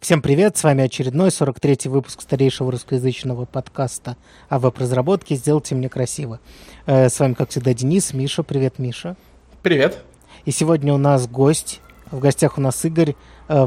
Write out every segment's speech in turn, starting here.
Всем привет, с вами очередной 43-й выпуск старейшего русскоязычного подкаста о веб-разработке «Сделайте мне красиво». С вами, как всегда, Денис. Миша. Привет, Миша. Привет. И сегодня у нас гость. В гостях у нас Игорь.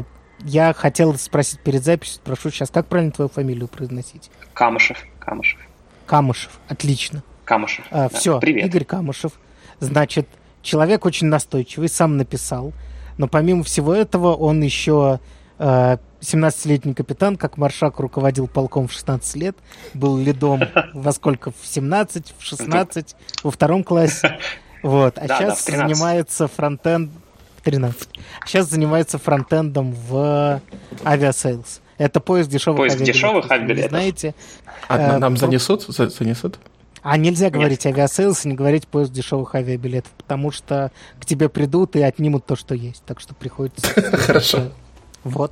Я хотел спросить перед записью, спрошу сейчас, как правильно твою фамилию произносить? Камышев. Камышев, отлично. Камышев. Все, привет. Игорь Камышев. Значит, человек очень настойчивый, сам написал. Но помимо всего этого, он еще 17-летний капитан, как маршак, руководил полком в 16 лет, был лидом во сколько? В 17, в 16, во втором классе. Вот. А сейчас занимается фронтенд... 13. Сейчас занимается фронтендом в авиасейлс. Это поиск дешевых авиабилетов. Знаете? Нам занесут? А нельзя говорить авиасейлс и не говорить поиск дешевых авиабилетов, потому что к тебе придут и отнимут то, что есть. Так что приходится... Хорошо. Вот.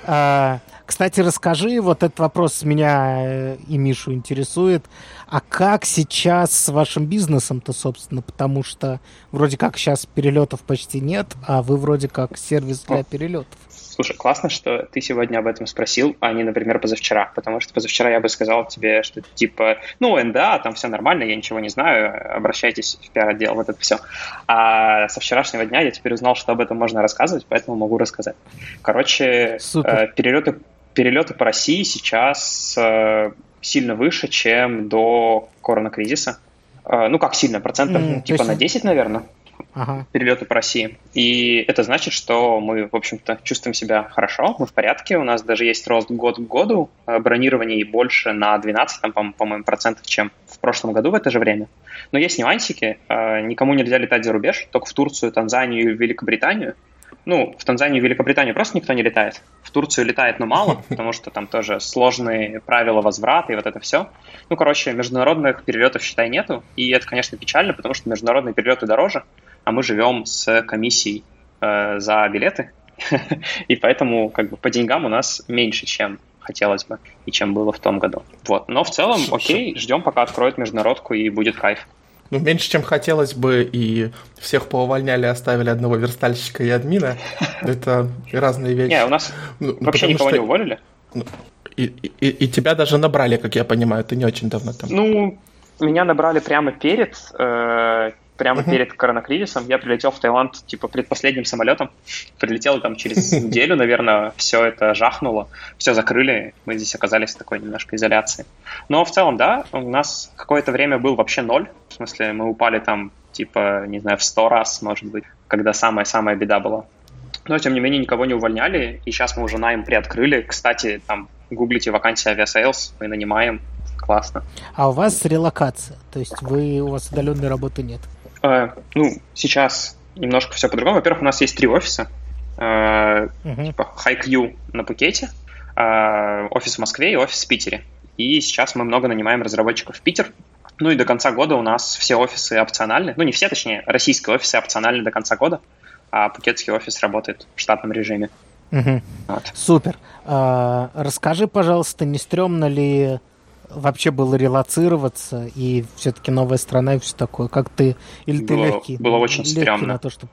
Кстати, расскажи, вот этот вопрос меня и Мишу интересует. А как сейчас с вашим бизнесом-то, собственно? Потому что вроде как сейчас перелетов почти нет, а вы вроде как сервис для перелетов. Слушай, классно, что ты сегодня об этом спросил, а не, например, позавчера. Потому что позавчера я бы сказал тебе, что типа, НДА, там все нормально, я ничего не знаю, обращайтесь в пиар-отдел, вот это все. А со вчерашнего дня я теперь узнал, что об этом можно рассказывать, поэтому могу рассказать. Короче, перелеты по России сейчас сильно выше, чем до коронакризиса. Ну, как сильно? Процентов типа на 10, наверное. Перелеты по России. И это значит, что мы, в общем-то, чувствуем себя хорошо, мы в порядке, у нас даже есть рост год к году, бронирований больше на 12, там, по-моему, процентов, чем в прошлом году в это же время. Но есть нюансики, никому нельзя летать за рубеж, только в Турцию, Танзанию и Великобританию. Ну, в Танзанию и Великобританию просто никто не летает. В Турцию летает, но мало, потому что там тоже сложные правила возврата и вот это все. Ну, короче, международных перелетов, считай, нету. И это, конечно, печально, потому что международные перелеты дороже, а мы живем с комиссией за билеты. И поэтому как бы по деньгам у нас меньше, чем хотелось бы и чем было в том году. Вот. Но в целом, окей, ждем, пока откроют международку, и будет кайф. Ну, меньше, чем хотелось бы, и всех поувольняли, оставили одного верстальщика и админа. Это разные вещи. Не, у нас вообще никого не уволили. И тебя даже набрали, как я понимаю, ты не очень давно там. Ну, меня набрали прямо перед коронакризисом. Я прилетел в Таиланд, типа, предпоследним самолетом. Прилетел там через неделю, наверное, все это жахнуло, все закрыли, мы здесь оказались в такой немножко изоляции. Но в целом, да, у нас какое-то время был вообще ноль. В смысле, мы упали там, типа, не знаю, в 100 раз, может быть, когда самая-самая беда была. Но, тем не менее, никого не увольняли, и сейчас мы уже найм приоткрыли. Кстати, там, гуглите вакансии авиасейлс, мы нанимаем. Классно. А у вас релокация? То есть у вас удаленной работы нет? Сейчас немножко все по-другому. Во-первых, у нас есть 3 офиса. Типа HiQ на Пхукете, офис в Москве и офис в Питере. И сейчас мы много нанимаем разработчиков в Питер. Ну и до конца года у нас все офисы опциональны. Ну, не все, точнее, российские офисы опциональны до конца года, а пхукетский офис работает в штатном режиме. Вот. Супер. Расскажи, пожалуйста, не стрёмно ли вообще было релоцироваться, и все-таки новая страна и все такое? Как ты... Или ты легкий? Было очень стрёмно. На то, что...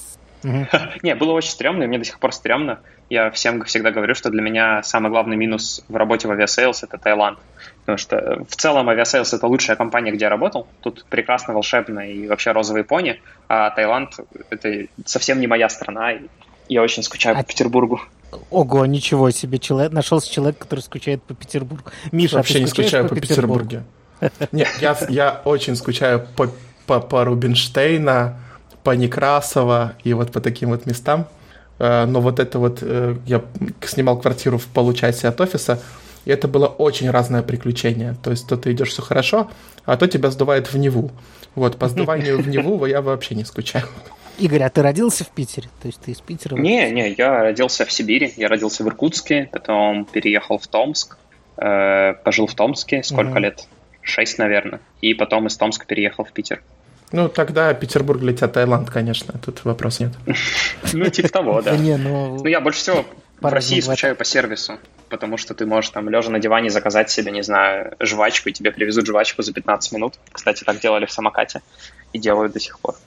Не, было очень стрёмно, и мне до сих пор стрёмно. Я всем всегда говорю, что для меня самый главный минус в работе в авиасейлс — это Таиланд. Потому что в целом авиасейлс — это лучшая компания, где я работал. Тут прекрасно, волшебно и вообще розовые пони. А Таиланд — это совсем не моя страна, и я очень скучаю по Петербургу. Ого, ничего себе, нашелся человек, который скучает по Петербургу. Миша, вообще не скучаю по Петербурге. Нет, я очень скучаю по Рубинштейна, по Некрасова и вот по таким вот местам. Но вот это вот... Я снимал квартиру в получасе от офиса, и это было очень разное приключение. То есть то ты идешь, все хорошо, а то тебя сдувает в Неву. Вот, по сдуванию в Неву я вообще не скучаю. Игорь, а ты родился в Питере? То есть ты из Питера? Не, я родился в Сибири, я родился в Иркутске, потом переехал в Томск, пожил в Томске сколько лет? 6, наверное, и потом из Томска переехал в Питер. Ну, тогда Петербург для тебя Таиланд, конечно, тут вопроса нет. Ну, типа того, да. Ну, я больше всего в России скучаю по сервису, потому что ты можешь там, лежа на диване, заказать себе, не знаю, жвачку, и тебе привезут жвачку за 15 минут. Кстати, так делали в самокате и делают до сих пор.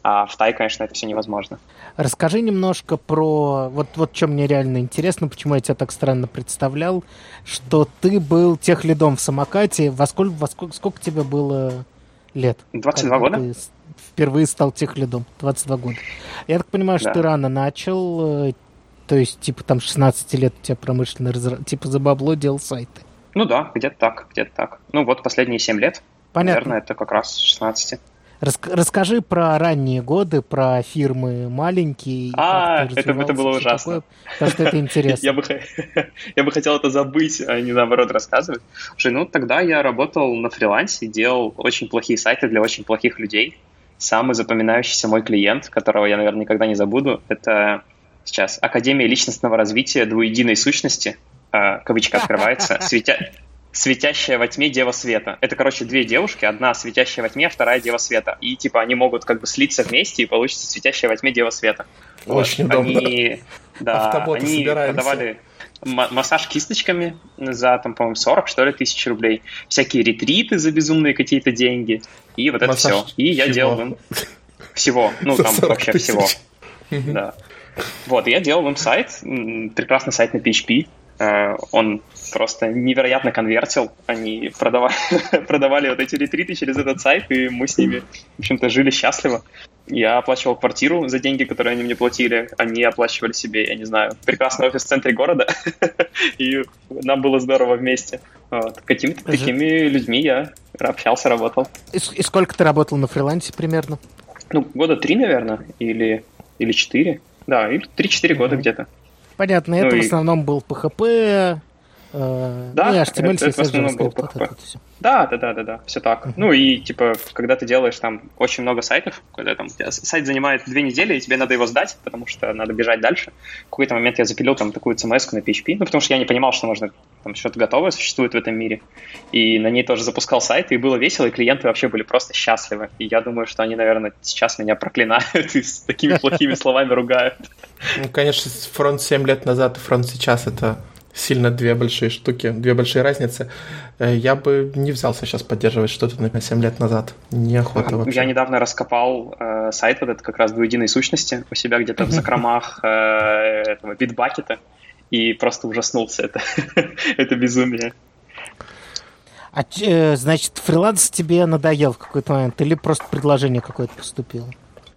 А в Тай, конечно, это все невозможно. Расскажи немножко про... Вот что мне реально интересно, почему я тебя так странно представлял, что ты был техлидом в самокате. Сколько тебе было лет? 22 года. Ты впервые стал техлидом. 22 года. Я так понимаю, что ты рано начал, то есть, типа, там 16 лет у тебя промышленный типа, за бабло делал сайты. Ну да, где-то так. Ну вот последние 7 лет. Понятно. Наверное, это как раз 16. Расскажи про ранние годы, про фирмы маленькие. Это было ужасно. Такое, потому что это интересно. Я бы хотел это забыть, а не наоборот рассказывать. Слушай, тогда я работал на фрилансе, делал очень плохие сайты для очень плохих людей. Самый запоминающийся мой клиент, которого я, наверное, никогда не забуду, это сейчас Академия личностного развития двуединой сущности. Кавычка открывается. Светящая во тьме Дева Света. Это, короче, две девушки, одна светящая во тьме, вторая Дева Света. И, типа, они могут как бы слиться вместе, и получится светящая во тьме Дева Света. Очень удобно. Они продавали массаж кисточками за, там, по-моему, 40, что ли, тысяч рублей. Всякие ретриты за безумные какие-то деньги. И вот это все. И я делал им всего. Там вообще всего. Да. Вот, я делал им сайт, прекрасный сайт на PHP. Он просто невероятно конвертил. Они продавали вот эти ретриты через этот сайт, и мы с ними, в общем-то, жили счастливо. Я оплачивал квартиру за деньги, которые они мне платили. Они оплачивали себе, я не знаю, прекрасный офис в центре города. И нам было здорово вместе. Вот. Какими-то такими людьми я общался, работал. И сколько ты работал на фрилансе примерно? Года 3, наверное, или 4. Да, или 3-4 года где-то. Понятно, это в основном был PHP, да, HTML, это в основном был PHP. Да, все так. И, типа, когда ты делаешь там очень много сайтов, когда там сайт занимает 2 недели, и тебе надо его сдать, потому что надо бежать дальше. В какой-то момент я запилил там такую CMS-ку на PHP, потому что я не понимал, что можно там что-то готовое существует в этом мире. И на ней тоже запускал сайт, и было весело, и клиенты вообще были просто счастливы. И я думаю, что они, наверное, сейчас меня проклинают и с такими плохими словами ругают. Конечно, фронт 7 лет назад и фронт сейчас — это сильно две большие штуки, две большие разницы. Я бы не взялся сейчас поддерживать что-то на 7 лет назад. Неохота вообще. Я недавно раскопал сайт вот этот как раз двуединой сущности у себя где-то в закромах этого Bitbucket, и просто ужаснулся. Это безумие. Значит, фриланс тебе надоел в какой-то момент или просто предложение какое-то поступило?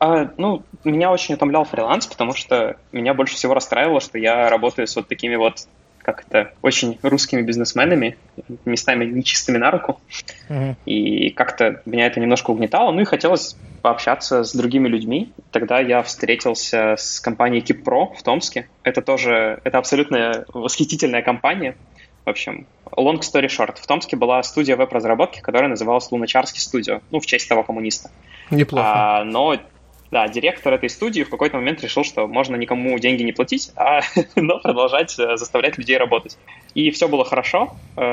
Меня очень утомлял фриланс, потому что меня больше всего расстраивало, что я работаю с вот такими вот как-то очень русскими бизнесменами, местами нечистыми на руку. И как-то меня это немножко угнетало. И хотелось пообщаться с другими людьми. Тогда я встретился с компанией KeepPro в Томске. Это абсолютно восхитительная компания. В общем, long story short. В Томске была студия веб-разработки, которая называлась Луначарский студио. В честь того коммуниста. Неплохо. Да, директор этой студии в какой-то момент решил, что можно никому деньги не платить, но продолжать заставлять людей работать. И все было хорошо,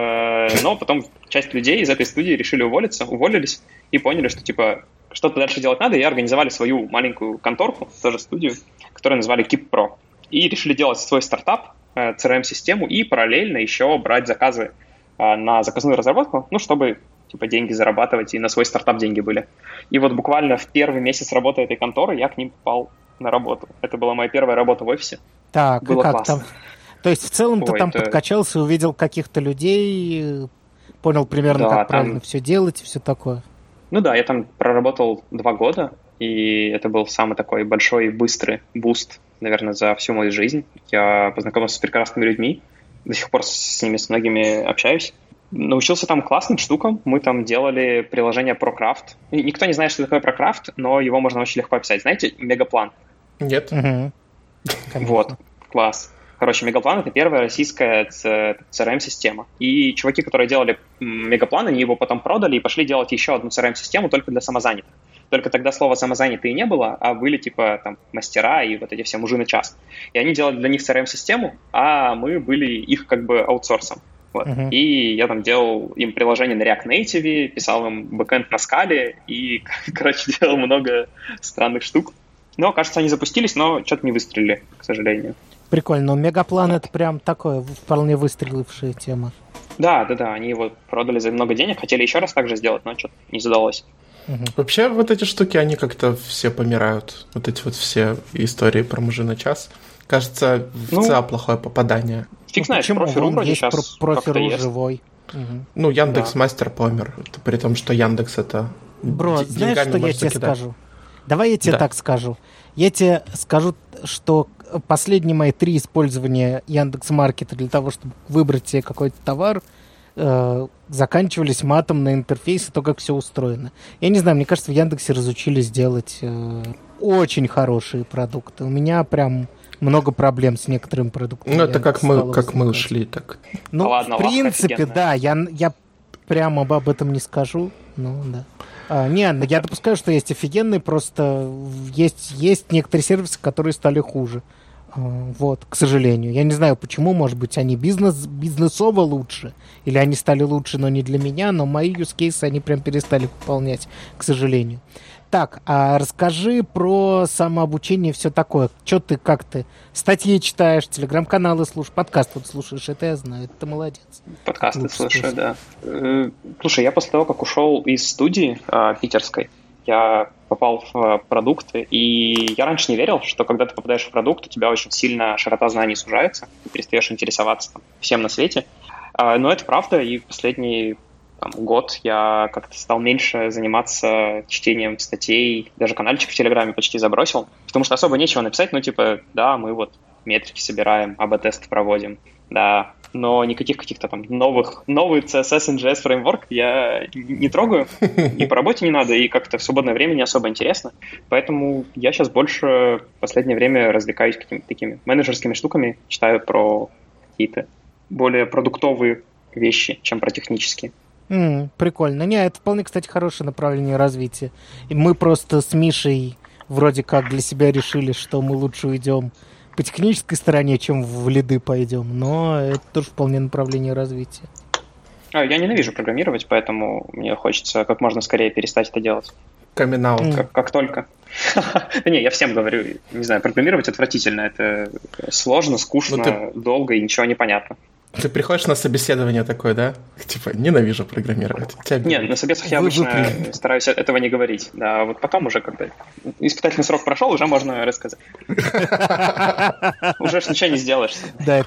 но потом часть людей из этой студии решили уволились и поняли, что типа что-то дальше делать надо, и организовали свою маленькую конторку, тоже студию, которую назвали KeepPro. И решили делать свой стартап, CRM-систему, и параллельно еще брать заказы на заказную разработку, чтобы типа деньги зарабатывать, и на свой стартап деньги были. И вот буквально в первый месяц работы этой конторы я к ним попал на работу. Это была моя первая работа в офисе. Так, было и как классно. там? То есть в целом ты там подкачался, увидел каких-то людей, понял примерно, как правильно все делать и все такое? Я там проработал 2 года, и это был самый такой большой, быстрый буст, наверное, за всю мою жизнь. Я познакомился с прекрасными людьми, до сих пор с многими общаюсь. Научился там классным штукам. Мы там делали приложение ProCraft. Никто не знает, что такое ProCraft, но его можно очень легко описать. Знаете, Мегаплан? Нет. Вот, класс. Короче, Мегаплан — это первая российская CRM-система. И чуваки, которые делали Мегаплан, они его потом продали и пошли делать еще одну CRM-систему только для самозанятых. Только тогда слова «самозанятые» не было, а были типа там мастера и вот эти все мужи на час. И они делали для них CRM-систему, а мы были их как бы аутсорсом. Вот. И я там делал им приложение на React Native, писал им бэкэнд на скале и, делал много странных штук. Но, кажется, они запустились, но что-то не выстрелили, к сожалению. Прикольно. Но Мегаплан — это прям такое вполне выстрелившая тема. Да, они его продали за много денег, хотели еще раз так же сделать, но что-то не задалось. Вообще вот эти штуки, они как-то все помирают. Вот эти вот все истории про мужа на час. Кажется, в ЦА плохое попадание. Фиг знает, профи.ру вроде есть сейчас профи.ру живой. Ну, Яндекс.Мастер помер. При том, что Яндекс это... Бро, знаешь, что я тебе скажу? Давай я тебе так скажу. Я тебе скажу, что последние мои 3 использования Яндекс.Маркета для того, чтобы выбрать себе какой-то товар, заканчивались матом на интерфейсе, то, как все устроено. Я не знаю, мне кажется, в Яндексе разучились делать очень хорошие продукты. У меня прям много проблем с некоторыми продуктами. Ну, это как мы ушли, так. Ну, в принципе, да, я прямо об этом не скажу. Ну, да. Я допускаю, что есть офигенные, просто есть некоторые сервисы, которые стали хуже. Вот, к сожалению. Я не знаю, почему, может быть, они бизнесово лучше, или они стали лучше, но не для меня, но мои юзкейсы они прям перестали выполнять, к сожалению. Так, а расскажи про самообучение и все такое. Как ты? Статьи читаешь, телеграм-каналы слушаешь, подкаст вот слушаешь, это я знаю, ты молодец. Подкасты слушаю, да. Слушай, я после того, как ушел из студии питерской, я попал в продукты, и я раньше не верил, что когда ты попадаешь в продукт, у тебя очень сильно широта знаний сужается, ты перестаешь интересоваться всем на свете. Но это правда, и последний год я как-то стал меньше заниматься чтением статей, даже канальчик в Телеграме почти забросил, потому что особо нечего написать, да, мы вот метрики собираем, АБ-тесты проводим, да, но никаких каких-то там новый CSS NGS фреймворк я не трогаю, и по работе не надо, и как-то в свободное время не особо интересно. Поэтому я сейчас больше в последнее время развлекаюсь какими-то такими менеджерскими штуками, читаю про какие-то более продуктовые вещи, чем про технические. Прикольно. Это вполне, кстати, хорошее направление развития. И мы просто с Мишей вроде как для себя решили, что мы лучше уйдем по технической стороне, чем в лиды пойдем, но это тоже вполне направление развития. Я ненавижу программировать, поэтому мне хочется как можно скорее перестать это делать. Камин-аут. Как только. Не, я всем говорю, не знаю, программировать отвратительно, это сложно, скучно, долго и ничего не понятно. Ты приходишь на собеседование такое, да? Типа, ненавижу программировать. Нет, на собесах я обычно стараюсь этого не говорить. Да, вот потом уже, когда испытательный срок прошел, уже можно рассказать. Уже ж ничего не сделаешь. Да,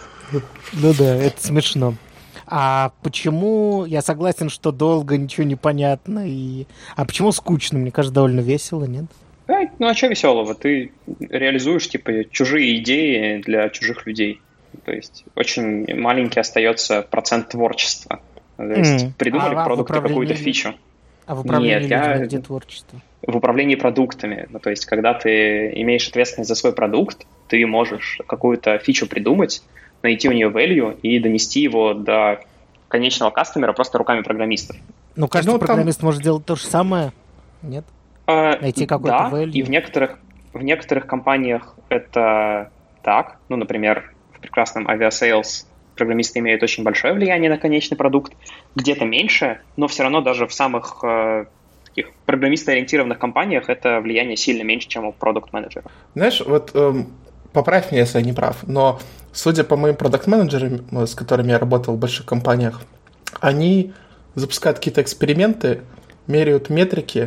это смешно. А почему, я согласен, что долго, ничего не понятно, а почему скучно? Мне кажется, довольно весело, нет? А что веселого? Ты реализуешь, чужие идеи для чужих людей. То есть очень маленький остается процент творчества. То есть придумали в продукте какую-то фичу. А в управлении где творчество? В управлении продуктами. То есть когда ты имеешь ответственность за свой продукт, ты можешь какую-то фичу придумать, найти у нее value и донести его до конечного кастомера просто руками программистов. Каждый программист может делать то же самое, нет? Найти какой-то value. И в некоторых компаниях это так. Например, в прекрасном авиасейлс программисты имеют очень большое влияние на конечный продукт. Где-то меньше, но все равно даже в самых таких программисто-ориентированных компаниях это влияние сильно меньше, чем у продукт-менеджера. Знаешь, поправь меня, если я не прав, но судя по моим продакт-менеджерам, с которыми я работал в больших компаниях, они запускают какие-то эксперименты, меряют метрики,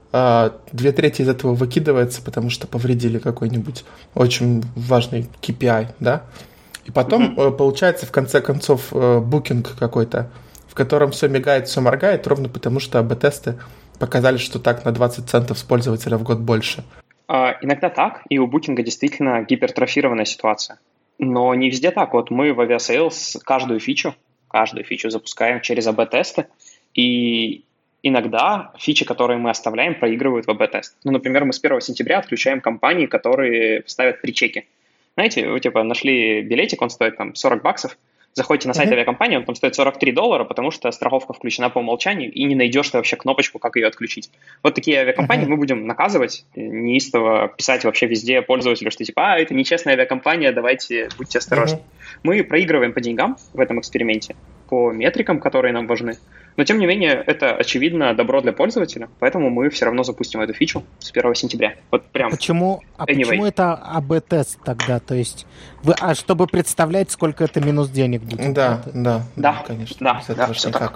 2/3 из этого выкидывается, потому что повредили какой-нибудь очень важный KPI, да? И потом получается в конце концов букинг какой-то, в котором все мигает, все моргает, ровно потому что АБ-тесты показали, что так на 20 центов с пользователя в год больше. Иногда так, и у букинга действительно гипертрофированная ситуация. Но не везде так. Вот мы в Aviasales каждую фичу запускаем через АБ-тесты, и иногда фичи, которые мы оставляем, проигрывают в АБ-тест. Например, мы с 1 сентября отключаем компании, которые ставят причеки. Знаете, вы нашли билетик, он стоит $40, заходите на сайт авиакомпании, он там стоит $43, потому что страховка включена по умолчанию, и не найдешь ты вообще кнопочку, как ее отключить. Вот такие авиакомпании мы будем наказывать, неистово писать вообще везде пользователю, что это нечестная авиакомпания, давайте, будьте осторожны. Мы проигрываем по деньгам в этом эксперименте, по метрикам, которые нам важны. Но, тем не менее, это, очевидно, добро для пользователя, поэтому мы все равно запустим эту фичу с 1 сентября. Вот прям. Почему это АБ-тест тогда? То есть, чтобы представлять, сколько это минус денег будет? Да, конечно. Да, все так.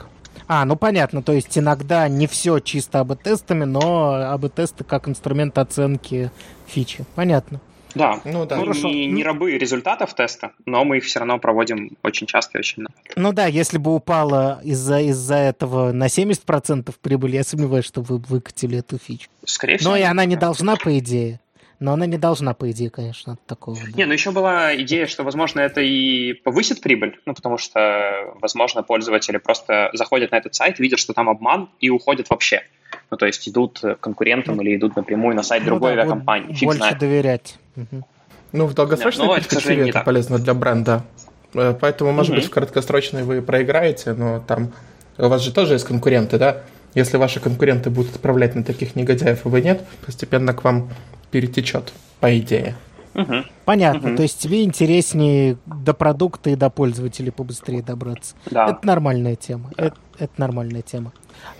Ну понятно, то есть иногда не все чисто АБ-тестами, но АБ-тесты как инструмент оценки фичи. Понятно. Да, Хорошо. Не рабы результатов теста, но мы их все равно проводим очень часто и очень много. Если бы упала из-за этого на 70% прибыль, я сомневаюсь, что вы выкатили эту фичу. Скорее всего. Но и она не должна, по идее. Конечно, от такого. Да. Еще была идея, что, возможно, это и повысит прибыль, потому что, возможно, пользователи просто заходят на этот сайт, видят, что там обман, и уходят вообще. То есть идут к конкурентам или идут напрямую на сайт другой авиакомпании. Фиг больше знает. доверять. В долгосрочной перспективе это полезно для бренда. Поэтому, может быть, в краткосрочной вы проиграете, но там у вас же тоже есть конкуренты, да? Если ваши конкуренты будут отправлять на таких негодяев, а вы нет, постепенно к вам перетечет, по идее. Понятно. То есть тебе интереснее до продукта и до пользователей побыстрее добраться. Да. Это нормальная тема. Да. Это нормальная тема.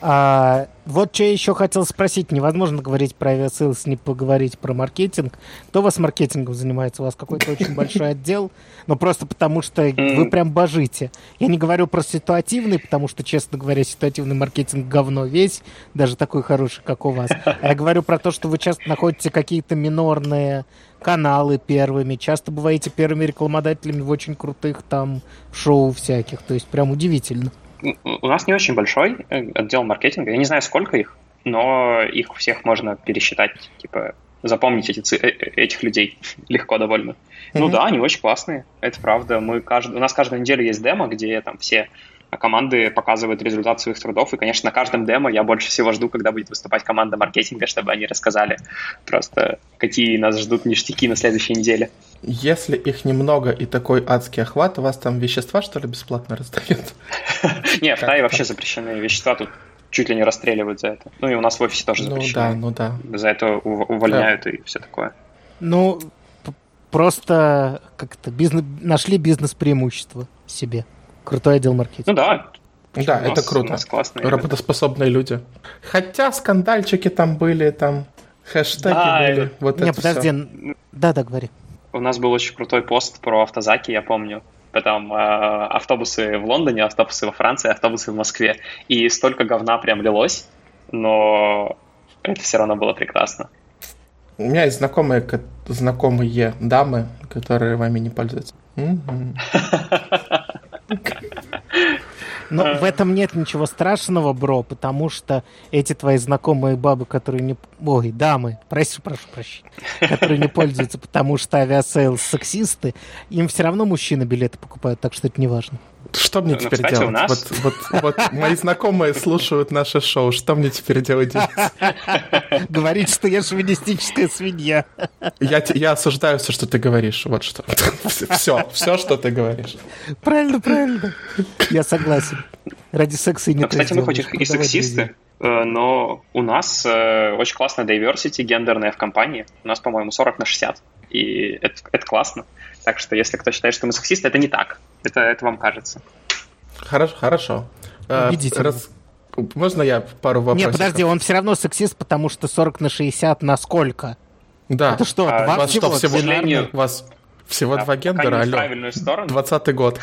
Вот что я еще хотел спросить. Невозможно говорить про авиасейлс, не поговорить про маркетинг. Кто у вас маркетингом занимается? У вас какой-то очень большой отдел? Просто потому, что вы прям божите. Я не говорю про ситуативный, потому что, честно говоря, ситуативный маркетинг говно весь, даже такой хороший, как у вас. А я говорю про то, что вы часто находите какие-то минорные каналы первыми, часто бываете первыми рекламодателями в очень крутых там шоу всяких. То есть прям удивительно. У нас не очень большой отдел маркетинга. Я не знаю, сколько их, но их всех можно пересчитать, запомнить этих людей легко довольно. Да, они очень классные, это правда. У нас каждую неделю есть демо, где там все команды показывают результат своих трудов, и, конечно, на каждом демо я больше всего жду, когда будет выступать команда маркетинга, чтобы они рассказали просто, какие нас ждут ништяки на следующей неделе. Если их немного и такой адский охват, у вас там вещества, что ли, бесплатно раздают? Не, в Тае вообще запрещены вещества, тут чуть ли не расстреливают за это. И у нас в офисе тоже запрещено. Да. За это увольняют и все такое. Просто как-то нашли бизнес-преимущество себе. Крутой отдел маркетинга. Да, это круто. Работоспособные люди. Хотя скандальчики там были, там хэштеги были. Подожди. Да, говори. У нас был очень крутой пост про автозаки, я помню. Потом автобусы в Лондоне, автобусы во Франции, автобусы в Москве. И столько говна прям лилось, но это все равно было прекрасно. У меня есть знакомые дамы, которые вами не пользуются. Но в этом нет ничего страшного, бро, потому что эти твои знакомые бабы, которые не... Ой, дамы, прошу прощения, которые не пользуются, потому что авиасейлс сексисты, им все равно мужчины билеты покупают, так что это не важно. Что мне теперь делать? Вот мои знакомые слушают наше шоу. Что мне теперь делать? Говорить, что я шовинистическая свинья. Я осуждаю все, что ты говоришь. Вот что. Все, что ты говоришь. Правильно. Я согласен. Ради секса и не то. Кстати, мы хоть и сексисты, но у нас очень классная diversity гендерная в компании. У нас, по-моему, 40/60. И это классно. Так что, если кто считает, что мы сексисты, это не так. Это вам кажется. Хорошо. Убедительно. Можно я пару вопросов? Нет, подожди, он все равно сексист, потому что 40/60 на сколько? Да. Это что, два всего? К сожалению, у вас всего два гендера, в правильную сторону. 20-й год.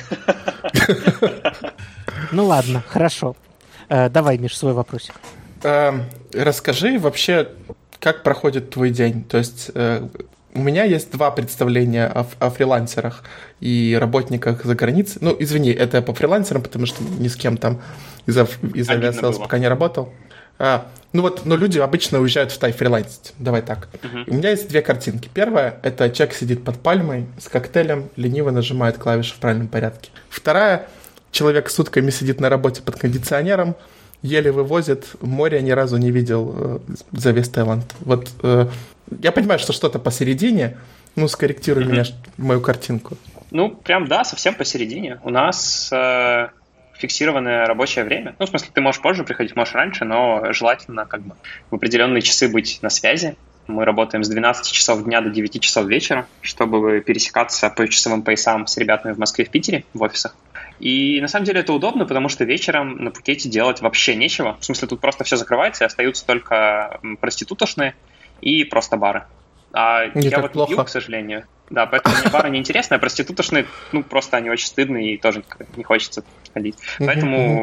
Ну ладно, хорошо. Давай, Миш, свой вопросик. Расскажи вообще, как проходит твой день. То есть у меня есть два представления о фрилансерах и работниках за границей. Ну, извини, это по фрилансерам, потому что ни с кем там из авиасейлс пока не работал. Но люди обычно уезжают в Тай фрилансить. Давай так. У меня есть две картинки. Первая — это человек сидит под пальмой с коктейлем, лениво нажимает клавиши в правильном порядке. Вторая — человек сутками сидит на работе под кондиционером, еле вывозит, море ни разу не видел за весь Таиланд. Вот я понимаю, что что-то посередине. Скорректируй меня, мою картинку. Прям да, совсем посередине. У нас фиксированное рабочее время. В смысле, ты можешь позже приходить, можешь раньше, но желательно в определенные часы быть на связи. Мы работаем с 12 часов дня до 9 часов вечера, чтобы пересекаться по часовым поясам с ребятами в Москве, в Питере, в офисах. И на самом деле это удобно, потому что вечером на Пхукете делать вообще нечего. В смысле, тут просто все закрывается, и остаются только проститутошные и просто бары. А я вот не пью, к сожалению. Да, поэтому мне бары неинтересны, а проститутошные, просто они очень стыдные, и тоже не хочется ходить. Поэтому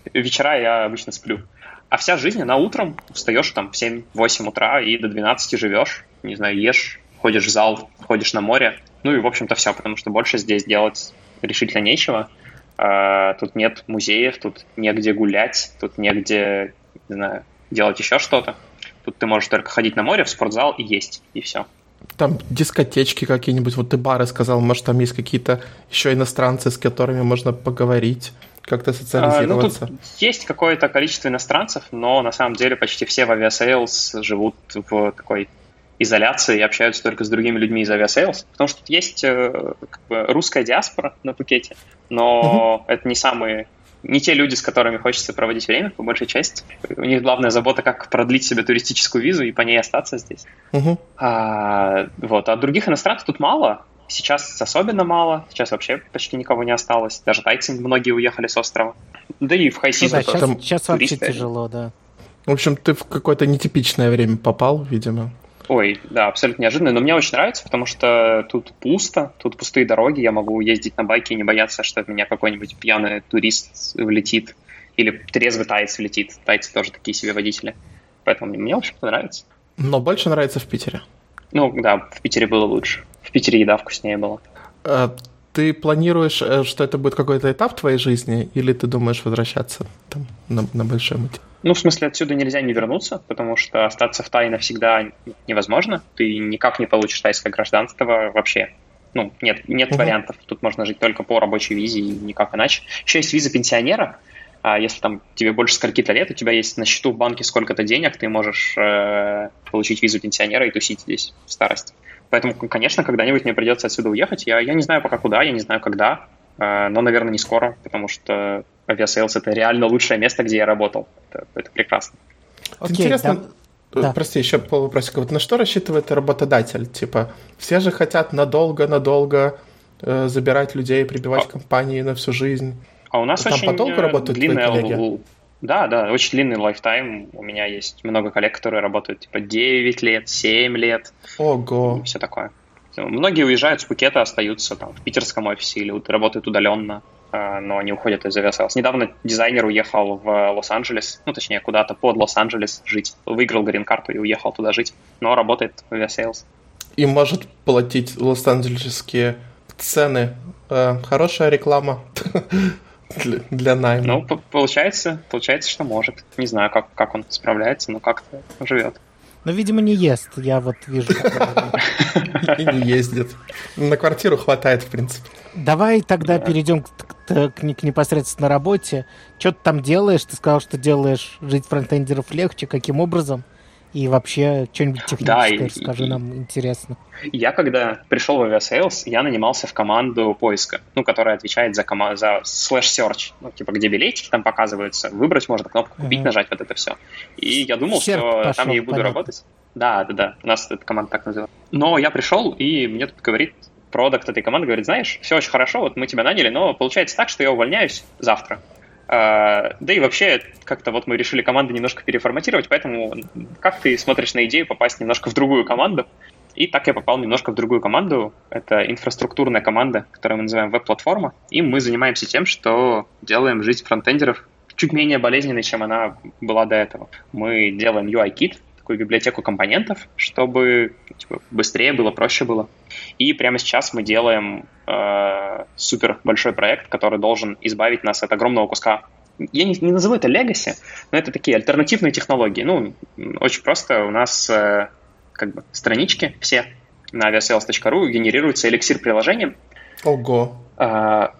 вечера я обычно сплю. А вся жизнь, она утром, встаешь там в 7-8 утра и до 12 живешь, не знаю, ешь, ходишь в зал, ходишь на море. Ну и, в общем-то, все, потому что больше здесь делать решительно нечего. Тут нет музеев, тут негде гулять, тут негде, не знаю, делать еще что-то. Тут ты можешь только ходить на море, в спортзал и есть, и все. Там дискотечки какие-нибудь, вот ты бары сказал, может, там есть какие-то еще иностранцы, с которыми можно поговорить, как-то социализироваться? Тут есть какое-то количество иностранцев, но на самом деле почти все в авиасейлс живут в такой изоляции и общаются только с другими людьми из авиасейлс, потому что тут есть как бы русская диаспора на Пхукете, но это не те люди, с которыми хочется проводить время, по большей части. У них главная забота, как продлить себе туристическую визу и по ней остаться здесь. А других иностранцев тут мало. Сейчас особенно мало. Сейчас вообще почти никого не осталось. Даже тайцы многие уехали с острова. Да и в хай-сизон. Сейчас вообще тяжело, да. В общем, ты в какое-то нетипичное время попал, видимо. Ой, да, абсолютно неожиданно, но мне очень нравится, потому что тут пусто, тут пустые дороги, я могу ездить на байке и не бояться, что в меня какой-нибудь пьяный турист влетит или трезвый таец влетит. Тайцы тоже такие себе водители. Поэтому мне, в общем-то, нравится. Но больше нравится в Питере? Ну, да, в Питере было лучше. В Питере еда вкуснее была. Ты планируешь, что это будет какой-то этап твоей жизни, или ты думаешь возвращаться там, на большой муть? Ну, в смысле, отсюда нельзя не вернуться, потому что остаться в Тае навсегда невозможно. Ты никак не получишь тайское гражданство вообще. Ну, нет вариантов. Тут можно жить только по рабочей визе и никак иначе. Еще есть виза пенсионера. Если там тебе больше скольки-то лет, у тебя есть на счету в банке сколько-то денег, ты можешь получить визу пенсионера и тусить здесь в старости. Поэтому, конечно, когда-нибудь мне придется отсюда уехать. Я не знаю пока куда, я не знаю когда, но, наверное, не скоро, потому что авиасейлс — это реально лучшее место, где я работал. Это прекрасно. Интересно, прости, еще полвопросика. Вот на что рассчитывает работодатель? Типа, все же хотят надолго забирать людей, прибивать компании на всю жизнь. А у нас там очень подолгу работают длинная твои коллеги? Да, очень длинный лайфтайм. У меня есть много коллег, которые работают типа 9 лет, 7 лет. Ого. И все такое. Многие уезжают с Пхукета, остаются там в питерском офисе или работают удаленно, но не уходят из авиасейлс. Недавно дизайнер уехал в Лос-Анджелес, ну, точнее, куда-то под Лос-Анджелес жить. Выиграл грин-карту и уехал туда жить, но работает в авиасейлс. И может платить лос-анджелесские цены. Хорошая реклама для найма. Ну, получается, что может. Не знаю, как он справляется, но как-то живет. Ну, видимо, не ест. Я вот вижу. И не ездит. На квартиру хватает, в принципе. Давай тогда перейдем к непосредственно работе. Что ты там делаешь? Ты сказал, что делаешь жить фронтендеров легче. Каким образом? И вообще что-нибудь техническое расскажи, нам интересно. Я, когда пришел в авиасейлс, я нанимался в команду поиска, которая отвечает за slash search, типа где билетики там показываются, выбрать можно кнопку, купить, нажать, вот это все. И я думал, что там я и буду работать. Да, у нас эта команда так называется. Но я пришел, и мне тут говорит продакт этой команды, говорит, знаешь, все очень хорошо, вот мы тебя наняли, но получается так, что я увольняюсь завтра. Да и вообще, как-то вот мы решили команду немножко переформатировать, поэтому как ты смотришь на идею попасть немножко в другую команду? И так я попал немножко в другую команду. Это инфраструктурная команда, которую мы называем веб-платформа. И мы занимаемся тем, что делаем жизнь фронтендеров чуть менее болезненной, чем она была до этого. Мы делаем UI-кит, такую библиотеку компонентов, чтобы быстрее было, проще было. И прямо сейчас мы делаем супер большой проект, который должен избавить нас от огромного куска. Я не назову это legacy, но это такие альтернативные технологии. Ну, очень просто у нас странички все на aviasales.ru генерируются эликсир-приложением. Ого. Да.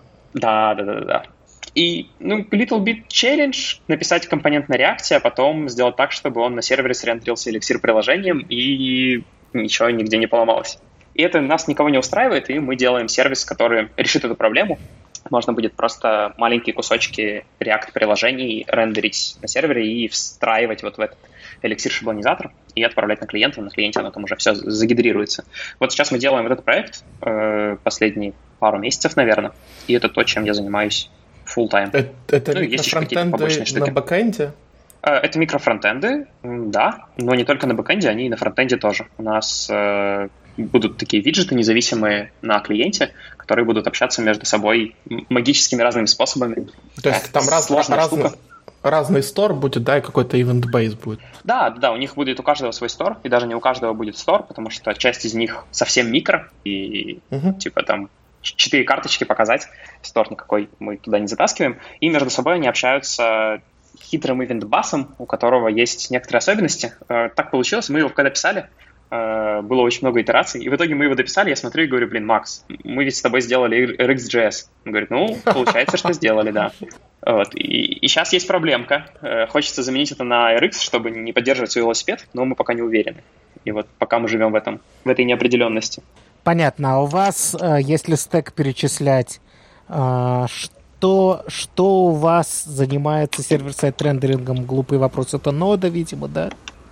И, little bit challenge — написать компонент на React, а потом сделать так, чтобы он на сервере срендерился эликсир-приложением и ничего нигде не поломалось. И это нас никого не устраивает, и мы делаем сервис, который решит эту проблему. Можно будет просто маленькие кусочки React-приложений рендерить на сервере и встраивать вот в этот эликсир-шаблонизатор и отправлять на клиента. На клиенте оно там уже все загидрируется. Вот сейчас мы делаем вот этот проект последние пару месяцев, наверное, и это то, чем я занимаюсь full-time. Это микрофронтенды на бэкэнде? Это микрофронтенды, да, но не только на бэкэнде, они и на фронтенде тоже. У нас будут такие виджеты независимые на клиенте, которые будут общаться между собой магическими разными способами. То есть там разный стор будет, да, и какой-то event-base будет. Да, у них будет у каждого свой стор, и даже не у каждого будет стор, потому что часть из них совсем микро, и типа там 4 карточки показать, стор никакой мы туда не затаскиваем, и между собой они общаются хитрым ивент-басом, у которого есть некоторые особенности. Так получилось, мы его когда писали, было очень много итераций, и в итоге мы его дописали, я смотрю и говорю, Макс, мы ведь с тобой сделали RxJS. Он говорит, получается, что сделали, да. Вот. И сейчас есть проблемка. Хочется заменить это на RX, чтобы не поддерживать свой велосипед, но мы пока не уверены. И вот пока мы живем в этой неопределенности. Понятно. А у вас, если стэк перечислять, что у вас занимается сервер-сайд рендерингом? Глупый вопрос. Это нода, видимо, да?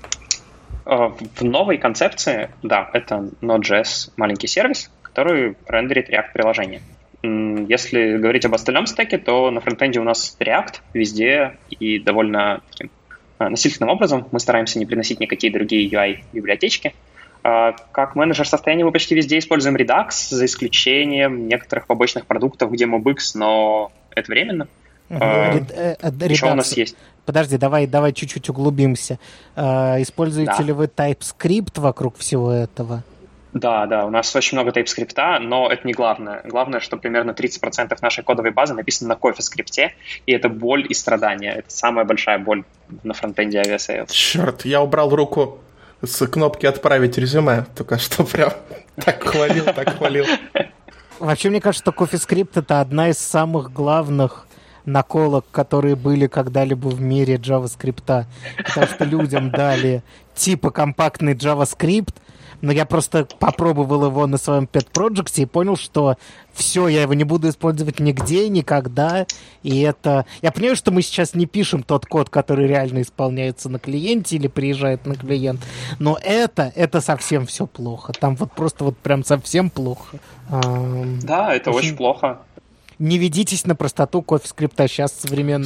В новой концепции, да, это Node.js маленький сервис, который рендерит React-приложение. Если говорить об остальном стеке, то на фронтенде у нас React везде и довольно таким насильственным образом. Мы стараемся не приносить никакие другие UI-библиотечки. Как менеджер состояния мы почти везде используем Redux, за исключением некоторых побочных продуктов, где MobX, но это временно. Еще у нас есть. Подожди, давай чуть-чуть углубимся. Используете ли вы TypeScript вокруг всего этого? Да, у нас очень много TypeScript, но это не главное. Главное, что примерно 30% нашей кодовой базы написано на CoffeeScript, и это боль и страдания. Это самая большая боль на фронтенде Aviasales. Черт, я убрал руку с кнопки «Отправить резюме», только что прям так хвалил. Вообще, мне кажется, что CoffeeScript — это одна из самых главных наколок, которые были когда-либо в мире JavaScript. Потому что людям дали типа компактный JavaScript, но я просто попробовал его на своем pet project и понял, что все, я его не буду использовать нигде, никогда. И это... Я понимаю, что мы сейчас не пишем тот код, который реально исполняется на клиенте или приезжает на клиент, но это совсем все плохо. Там вот просто вот прям совсем плохо. Да, это очень плохо. Не ведитесь на простоту CoffeeScript. Сейчас современный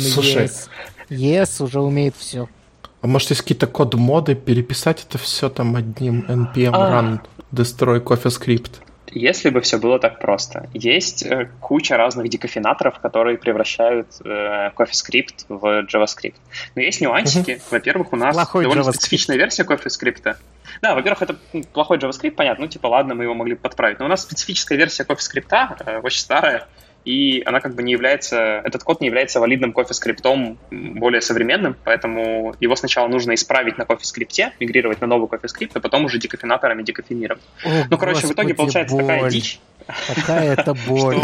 ES уже умеет все. А может, есть какие-то код-моды, переписать это все там одним npm run destroy CoffeeScript? Если бы все было так просто. Есть куча разных декофинаторов, которые превращают CoffeeScript в JavaScript. Но есть нюансики. Во-первых, у нас довольно специфичная версия CoffeeScript. Да, во-первых, это плохой JavaScript, понятно. Ладно, мы его могли бы подправить. Но у нас специфическая версия CoffeeScript, очень старая, и она как бы не является, этот код не является валидным CoffeeScript более современным, поэтому его сначала нужно исправить на CoffeeScript, мигрировать на новый CoffeeScript, а потом уже декофинаторами декофинировать. В итоге получается такая дичь. Какая это боль.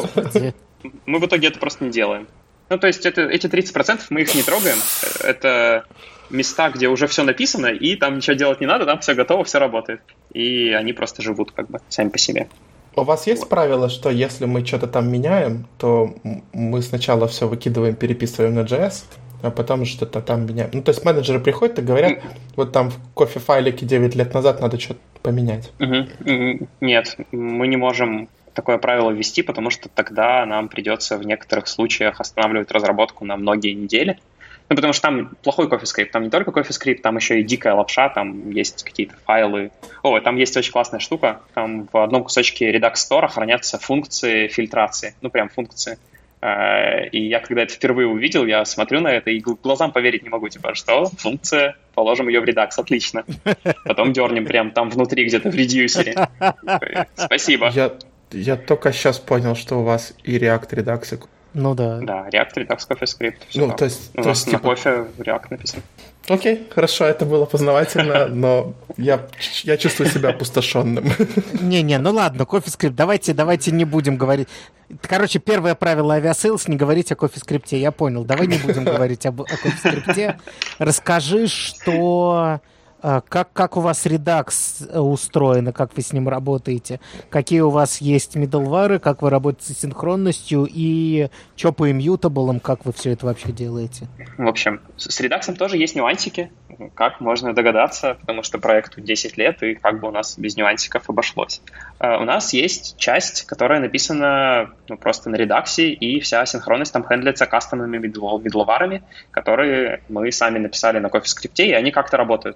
Мы в итоге это просто не делаем. То есть эти 30% мы их не трогаем. Это места, где уже все написано, и там ничего делать не надо, там все готово, все работает. И они просто живут как бы сами по себе. У вас есть правило, что если мы что-то там меняем, то мы сначала все выкидываем, переписываем на JS, а потом что-то там меняем? То есть менеджеры приходят и говорят, вот там в кофе-файлике 9 лет назад надо что-то поменять. Нет, мы не можем такое правило ввести, потому что тогда нам придется в некоторых случаях останавливать разработку на многие недели. Потому что там плохой CoffeeScript, там не только CoffeeScript, там еще и дикая лапша, там есть какие-то файлы. Там есть очень классная штука, там в одном кусочке Redux Store хранятся функции фильтрации, прям функции. И я когда это впервые увидел, я смотрю на это и глазам поверить не могу, что функция, положим ее в Redux, отлично. Потом дернем прям там внутри где-то в редюсере. Спасибо. Я только сейчас понял, что у вас и React Redux. Да, React, Redux, CoffeeScript. То есть у нас на кофе React написано. Окей, хорошо, это было познавательно, но я чувствую себя опустошенным. Ладно, CoffeeScript, давайте не будем говорить. Короче, первое правило Aviasales — не говорить о CoffeeScript, я понял. Давай не будем говорить о CoffeeScript. Расскажи, что... Как у вас Redux устроен, как вы с ним работаете? Какие у вас есть middleware, как вы работаете с синхронностью и что по immutable, как вы все это вообще делаете? В общем, с Redux тоже есть нюансики, как можно догадаться, потому что проекту 10 лет, и как бы у нас без нюансиков обошлось. У нас есть часть, которая написана просто на Redux, и вся синхронность там хендлится кастомными middleware, которые мы сами написали на CoffeeScript, и они как-то работают.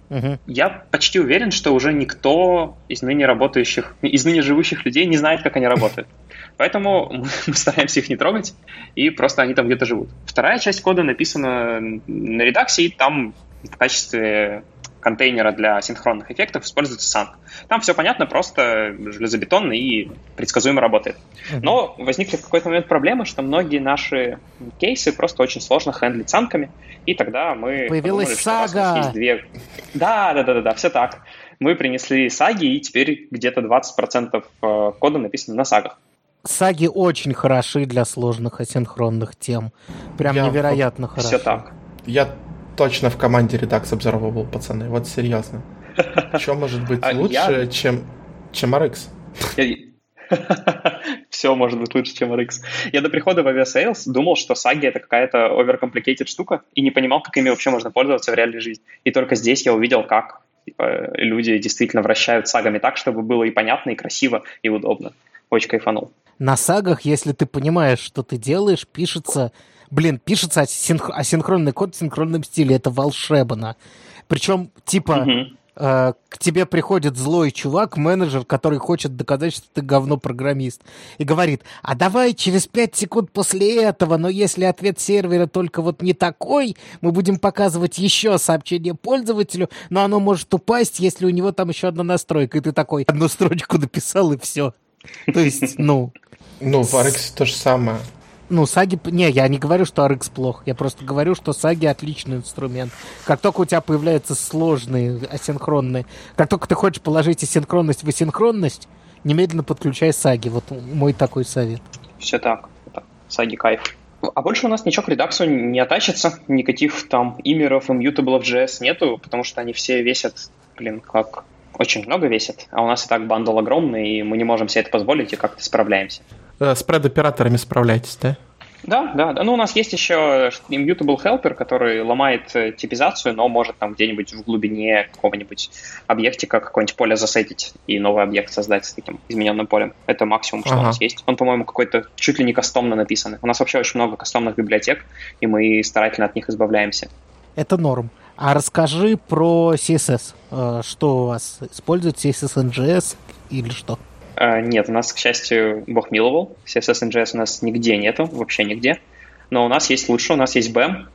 Я почти уверен, что уже никто из ныне живущих людей не знает, как они работают. Поэтому мы стараемся их не трогать, и просто они там где-то живут. Вторая часть кода написана на Redux, и там в качестве контейнера для синхронных эффектов используется Sang. Там все понятно, просто железобетонно и предсказуемо работает. Но возникли в какой-то момент проблемы, что многие наши кейсы просто очень сложно хендлить санками, и тогда мы появилась подумали, что у нас есть две... Да, все так. Мы принесли саги, и теперь где-то 20% кода написано на сагах. Саги очень хороши для сложных асинхронных тем. Прям невероятно хорошо. Все так. Я точно в команде Redux Observable, пацаны. Вот серьезно. Что может быть лучше, чем RX? Все может быть лучше, чем RX. Я до прихода в Aviasales думал, что саги — это какая-то overcomplicated штука, и не понимал, как ими вообще можно пользоваться в реальной жизни. И только здесь я увидел, как люди действительно вращают сагами так, чтобы было и понятно, и красиво, и удобно. Очень кайфанул. На сагах, если ты понимаешь, что ты делаешь, пишется асинхронный код в синхронном стиле. Это волшебно. Причем, к тебе приходит злой чувак, менеджер, который хочет доказать, что ты говно-программист, и говорит: а давай через 5 секунд после этого, но если ответ сервера только вот не такой, мы будем показывать еще сообщение пользователю, но оно может упасть, если у него там еще одна настройка. И ты такой одну строчку написал, и все. То есть, в RX то же самое. Саги... Не, я не говорю, что RX плох. Я просто говорю, что саги отличный инструмент. Как только у тебя появляются сложные асинхронные... Как только ты хочешь положить асинхронность в асинхронность, немедленно подключай саги. Вот мой такой совет. Все так. Саги кайф. А больше у нас ничего к редаксу не атачится. Никаких там иммеров, immutable JS нету, потому что они все весят, как... Очень много весят. А у нас и так бандл огромный, и мы не можем себе это позволить, и как-то справляемся. С пред-операторами справляетесь, да? Да. У нас есть еще immutable helper, который ломает типизацию, но может там где-нибудь в глубине какого-нибудь объектика какое-нибудь поле засетить и новый объект создать с таким измененным полем. Это максимум, что у нас есть. Он, по-моему, какой-то чуть ли не кастомно написанный. У нас вообще очень много кастомных библиотек, и мы старательно от них избавляемся. Это норм. А расскажи про CSS. Что у вас? Используют CSS NGS или что? Нет, у нас, к счастью, бог миловал. CSS NGS у нас нигде нету, вообще нигде. Но у нас есть лучше, у нас есть BEM,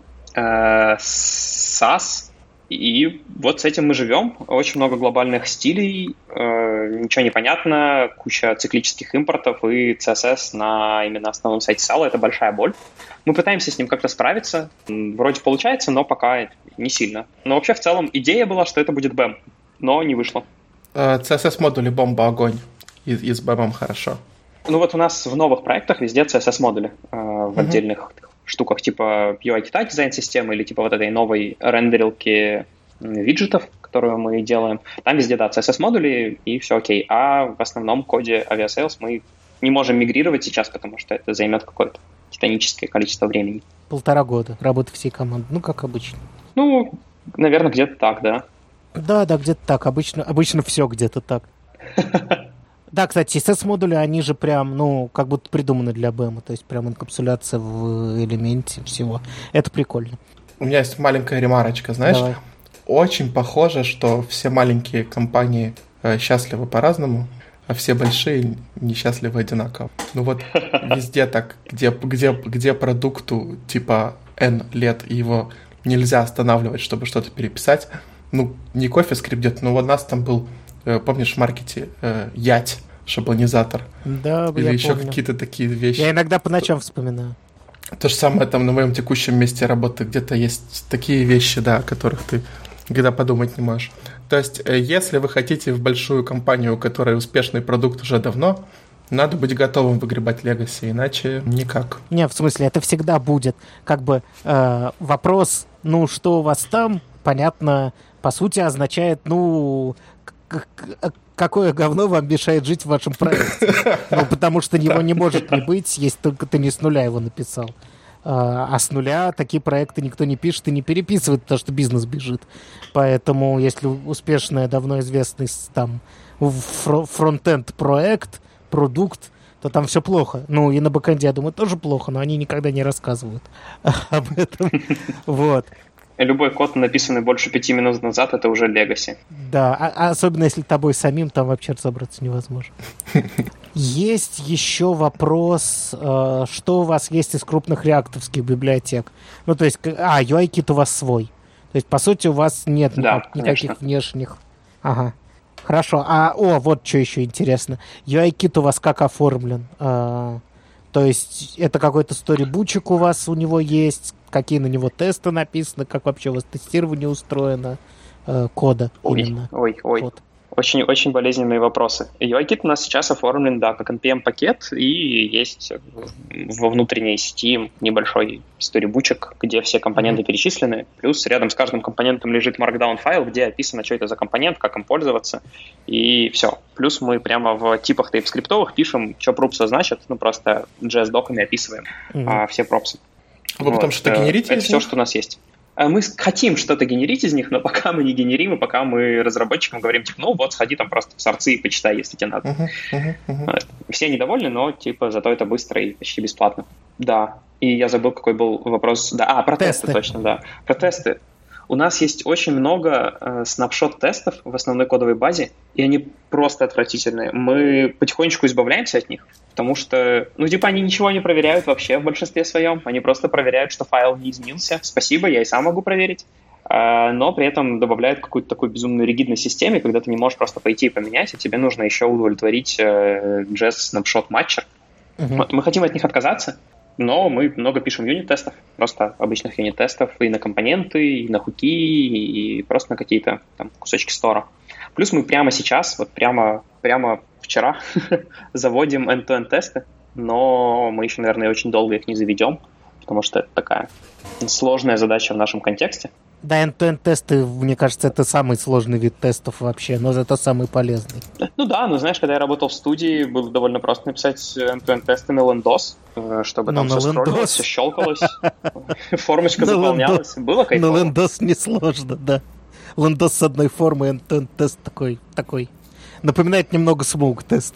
SAS, и вот с этим мы живем. Очень много глобальных стилей, ничего не понятно, куча циклических импортов и CSS на именно основном сайте Sala. Это большая боль. Мы пытаемся с ним как-то справиться. Вроде получается, но пока не сильно. Но вообще в целом идея была, что это будет BEM, но не вышло. CSS-модули бомба огонь. И с BEM хорошо. Вот у нас в новых проектах везде CSS-модули в отдельных штуках, типа UI-кита дизайн-системы или типа вот этой новой рендерилки виджетов, которую мы делаем. Там везде, CSS-модули, и все окей. А в основном коде Aviasales мы не можем мигрировать сейчас, потому что это займет какое-то титаническое количество времени. 1,5 года работы всей команды. Как обычно. Наверное, где-то так, да. Да, где-то так. Обычно все где-то так. Да, кстати, CSS-модули, они же прям, как будто придуманы для BEM, то есть прям инкапсуляция в элементе всего. Это прикольно. У меня есть маленькая ремарочка, знаешь? Давай. Очень похоже, что все маленькие компании счастливы по-разному, а все большие несчастливы одинаково. Везде так, где продукту типа N лет, и его нельзя останавливать, чтобы что-то переписать. Не CoffeeScript где-то, но у нас там был, помнишь, в маркете Ять, шаблонизатор. Да, или я еще помню. Какие-то такие вещи. Я иногда по ночам вспоминаю. То же самое там на моем текущем месте работы. Где-то есть такие вещи, о которых ты никогда подумать не можешь. То есть, если вы хотите в большую компанию, у которой успешный продукт уже давно, надо быть готовым выгребать легаси, иначе никак. Не, в смысле, это всегда будет. Вопрос, что у вас там, понятно, по сути означает, какое говно вам мешает жить в вашем проекте. Потому что его не может не быть, если только ты не с нуля его написал. А с нуля такие проекты никто не пишет и не переписывает, потому что бизнес бежит. Поэтому, если успешный, давно известный фронтенд проект, продукт, то там все плохо. И на бэкэнде, я думаю, тоже плохо, но они никогда не рассказывают об этом. Вот. любой код, написанный больше 5 минут назад, это уже legacy. Да, особенно если тобой самим, там вообще разобраться невозможно. Есть еще вопрос, что у вас есть из крупных реактовских библиотек? Ну, то есть, UI-кит у вас свой. То есть, по сути, у вас нет никаких внешних. Ага. Хорошо. Вот что еще интересно. UI-кит у вас как оформлен? То есть, это какой-то сторибучек у него есть? Какие на него тесты написаны? Как вообще у вас тестирование устроено? Кода именно. Код. Очень болезненные вопросы. UI-кит у нас сейчас оформлен, да, как NPM-пакет, и есть во внутренней Steam небольшой сторибучек, где все компоненты перечислены, плюс рядом с каждым компонентом лежит Markdown файл, где описано, что это за компонент, как им пользоваться, и все. Плюс мы прямо в типах TypeScript пишем, что пропсы значат, просто JS-доками описываем все пропсы. Вы потом что-то генерите? Это все, что у нас есть. Мы хотим что-то генерить из них, но пока мы не генерим, и пока мы разработчикам говорим, сходи там просто в сорцы и почитай, если тебе надо. Все недовольны, но, зато это быстро и почти бесплатно. Да, и я забыл, какой был вопрос. Да, про тесты точно, да. Про тесты. У нас есть очень много снапшот-тестов в основной кодовой базе, и они просто отвратительные. Мы потихонечку избавляемся от них, потому что, они ничего не проверяют вообще в большинстве своем. Они просто проверяют, что файл не изменился. Спасибо, я и сам могу проверить. Но при этом добавляют какую-то такую безумную ригидность в системе, когда ты не можешь просто пойти и поменять, и тебе нужно еще удовлетворить JS Snapshot Matcher. Мы хотим от них отказаться, но мы много пишем юнит-тестов, просто обычных юнит-тестов и на компоненты, и на хуки, и просто на какие-то там кусочки стора. Плюс мы прямо сейчас, прямо вчера заводим end-to-end тесты, но мы еще, наверное, очень долго их не заведем, потому что это такая сложная задача в нашем контексте. Да, end-to-end тесты, мне кажется, это самый сложный вид тестов вообще, но зато самый полезный. Знаешь, когда я работал в студии, было довольно просто написать end-to-end тесты на Lendos, чтобы там все скроллилось, все щелкалось, формочка заполнялась. Было кайфово. На Lendos несложно, да. Lendos с одной формой, end-to-end тест такой. Напоминает немного smoke-тест.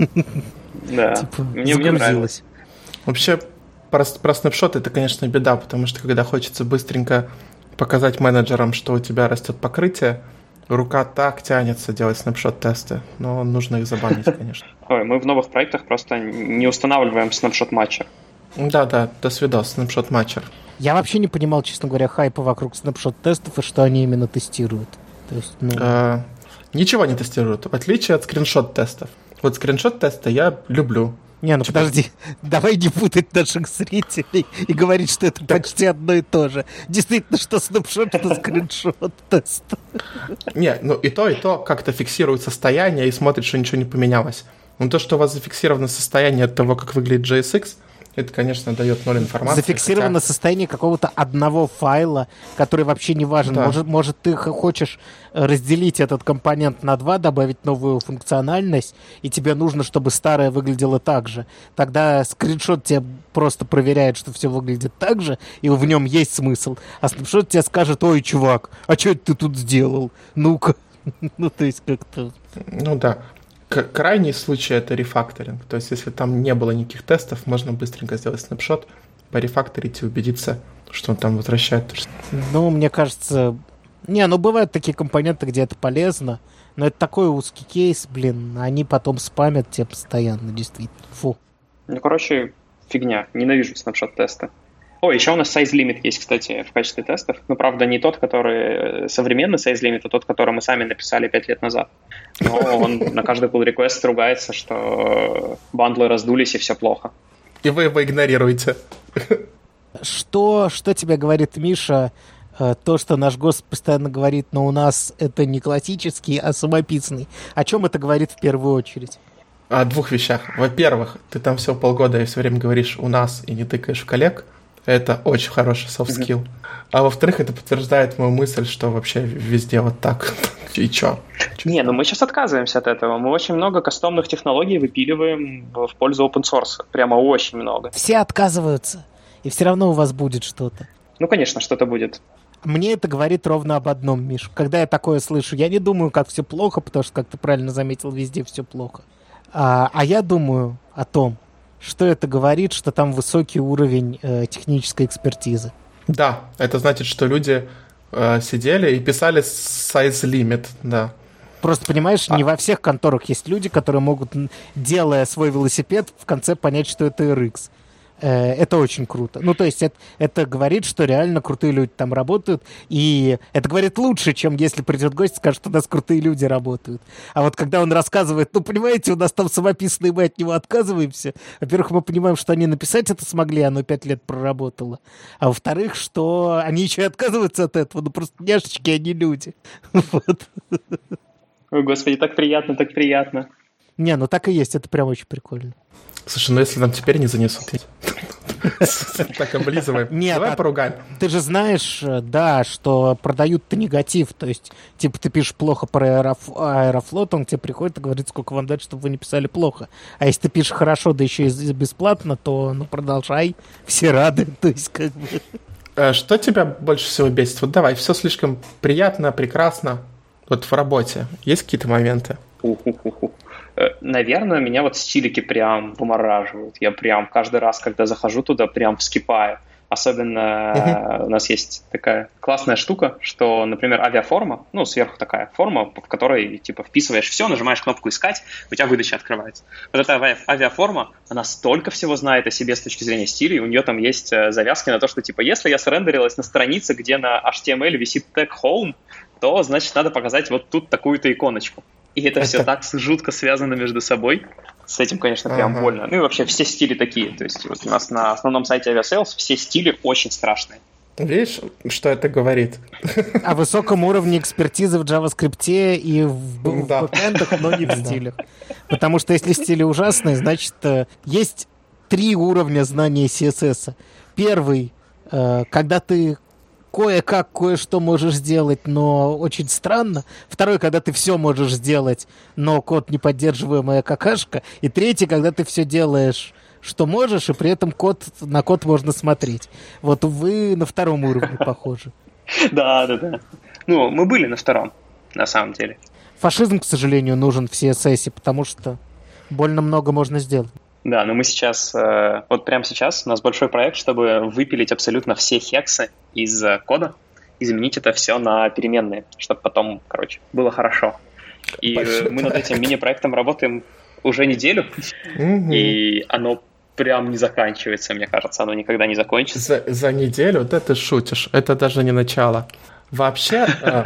Да, мне нравилось. Вообще, про снапшот это, конечно, беда, потому что когда хочется быстренько показать менеджерам, что у тебя растет покрытие, рука так тянется делать снапшот-тесты, но нужно их забанить, конечно. Мы в новых проектах просто не устанавливаем снапшот-матчер. Да, до свидос, снапшот-матчер. Я вообще не понимал, честно говоря, хайпа вокруг снапшот-тестов и что они именно тестируют. То есть, ничего не тестируют, в отличие от скриншот-тестов. Вот скриншот-тесты я люблю. Подожди, давай не путать наших зрителей и говорить, что это почти одно и то же. Действительно, что снапшот, что скриншот-тест. И то как-то фиксирует состояние и смотрит, что ничего не поменялось. Но то, что у вас зафиксировано состояние от того, как выглядит JSX, это, конечно, дает ноль информации. Зафиксировано состояние какого-то одного файла, который вообще не важен. Да. Может, ты хочешь разделить этот компонент на два, добавить новую функциональность, и тебе нужно, чтобы старое выглядело так же. Тогда скриншот тебе просто проверяет, что все выглядит так же, и в нем есть смысл. А снапшот тебе скажет: ой, чувак, а что это ты тут сделал? Ну-ка. То есть как-то... Да. Крайний случай — это рефакторинг. То есть, если там не было никаких тестов, можно быстренько сделать снапшот, порефакторить и убедиться, что он там возвращает. Мне кажется... бывают такие компоненты, где это полезно, но это такой узкий кейс, они потом спамят тебя постоянно, действительно. Фу. Фигня. Ненавижу снапшот-тесты. Еще у нас size limit есть, кстати, в качестве тестов. Правда, не тот, который современный size limit, а тот, который мы сами написали 5 лет назад. Но он на каждый pull request ругается, что бандлы раздулись и все плохо. И вы его игнорируете. Что тебе говорит Миша? То, что наш гость постоянно говорит, но у нас это не классический, а самописный. О чем это говорит в первую очередь? О двух вещах. Во-первых, ты там все полгода и все время говоришь «у нас» и не тыкаешь в коллег. Это очень хороший soft skill. А во-вторых, это подтверждает мою мысль, что вообще везде вот так. И чё? Мы сейчас отказываемся от этого. Мы очень много кастомных технологий выпиливаем в пользу open source. Прямо очень много. Все отказываются, и все равно у вас будет что-то. Конечно, что-то будет. Мне это говорит ровно об одном, Миш. Когда я такое слышу, я не думаю, как все плохо, потому что, как ты правильно заметил, везде все плохо. А я думаю о том, что это говорит, что там высокий уровень технической экспертизы. Да, это значит, что люди сидели и писали size limit, да. Просто, понимаешь, не во всех конторах есть люди, которые могут, делая свой велосипед, в конце понять, что это RX. Это очень круто. Ну, то есть это говорит, что реально крутые люди там работают, и это говорит лучше, чем если придет гость и скажет, что у нас крутые люди работают. А вот когда он рассказывает, ну, понимаете, у нас там самописные, мы от него отказываемся. Во-первых, мы понимаем, что они написать это смогли, оно 5 лет проработало. А во-вторых, что они еще и отказываются от этого. Ну, просто няшечки, они люди. Вот. Ой, господи, так приятно, так приятно. Не, ну так и есть, это прям очень прикольно. Слушай, ну если нам теперь не занесут, так облизываем. Нет, давай поругаем. Ты же знаешь, да, что продают-то негатив, то есть, типа, ты пишешь плохо про Аэрофлот, он к тебе приходит и говорит, сколько вам дать, чтобы вы не писали плохо. А если ты пишешь хорошо, да еще и бесплатно, то, ну, продолжай, все рады, то есть, как бы... Что тебя больше всего бесит? Вот давай, все слишком приятно, прекрасно. Вот в работе есть какие-то моменты? Наверное, меня вот стилики прям вымораживают. Я прям каждый раз, когда захожу туда, прям вскипаю. Особенно у нас есть такая классная штука, что, например, авиаформа, ну, сверху такая форма, в которой, типа, вписываешь все, нажимаешь кнопку «Искать», у тебя выдача открывается. Вот эта авиаформа, она столько всего знает о себе с точки зрения стиля, и у нее там есть завязки на то, что, типа, если я срендерилась на странице, где на HTML висит тег «Home», то, значит, надо показать вот тут такую-то иконочку. И это все так жутко связано между собой. С этим, конечно, прям больно. Ну и вообще все стили такие. То есть вот у нас на основном сайте Aviasales все стили очень страшные. Видишь, что это говорит? О высоком уровне экспертизы в JavaScript и в бэкэндах, но не в стилях. Потому что если стили ужасные, значит, есть 3 уровня знания CSS. Первый, когда ты кое-как кое-что можешь сделать, но очень странно. Второй, когда ты все можешь сделать, но код неподдерживаемая какашка. И третий, когда ты все делаешь, что можешь, и при этом на код можно смотреть. Вот вы на втором уровне похожи. Да. Ну, мы были на втором, на самом деле. Фашизм, к сожалению, нужен в CSS, потому что больно много можно сделать. Да, но мы сейчас, вот прямо сейчас у нас большой проект, чтобы выпилить абсолютно все хексы из кода и заменить это все на переменные, чтобы потом, короче, было хорошо. И мы над этим мини-проектом работаем уже неделю, и оно прям не заканчивается, мне кажется, оно никогда не закончится. За неделю? Да ты шутишь, это даже не начало. Вообще,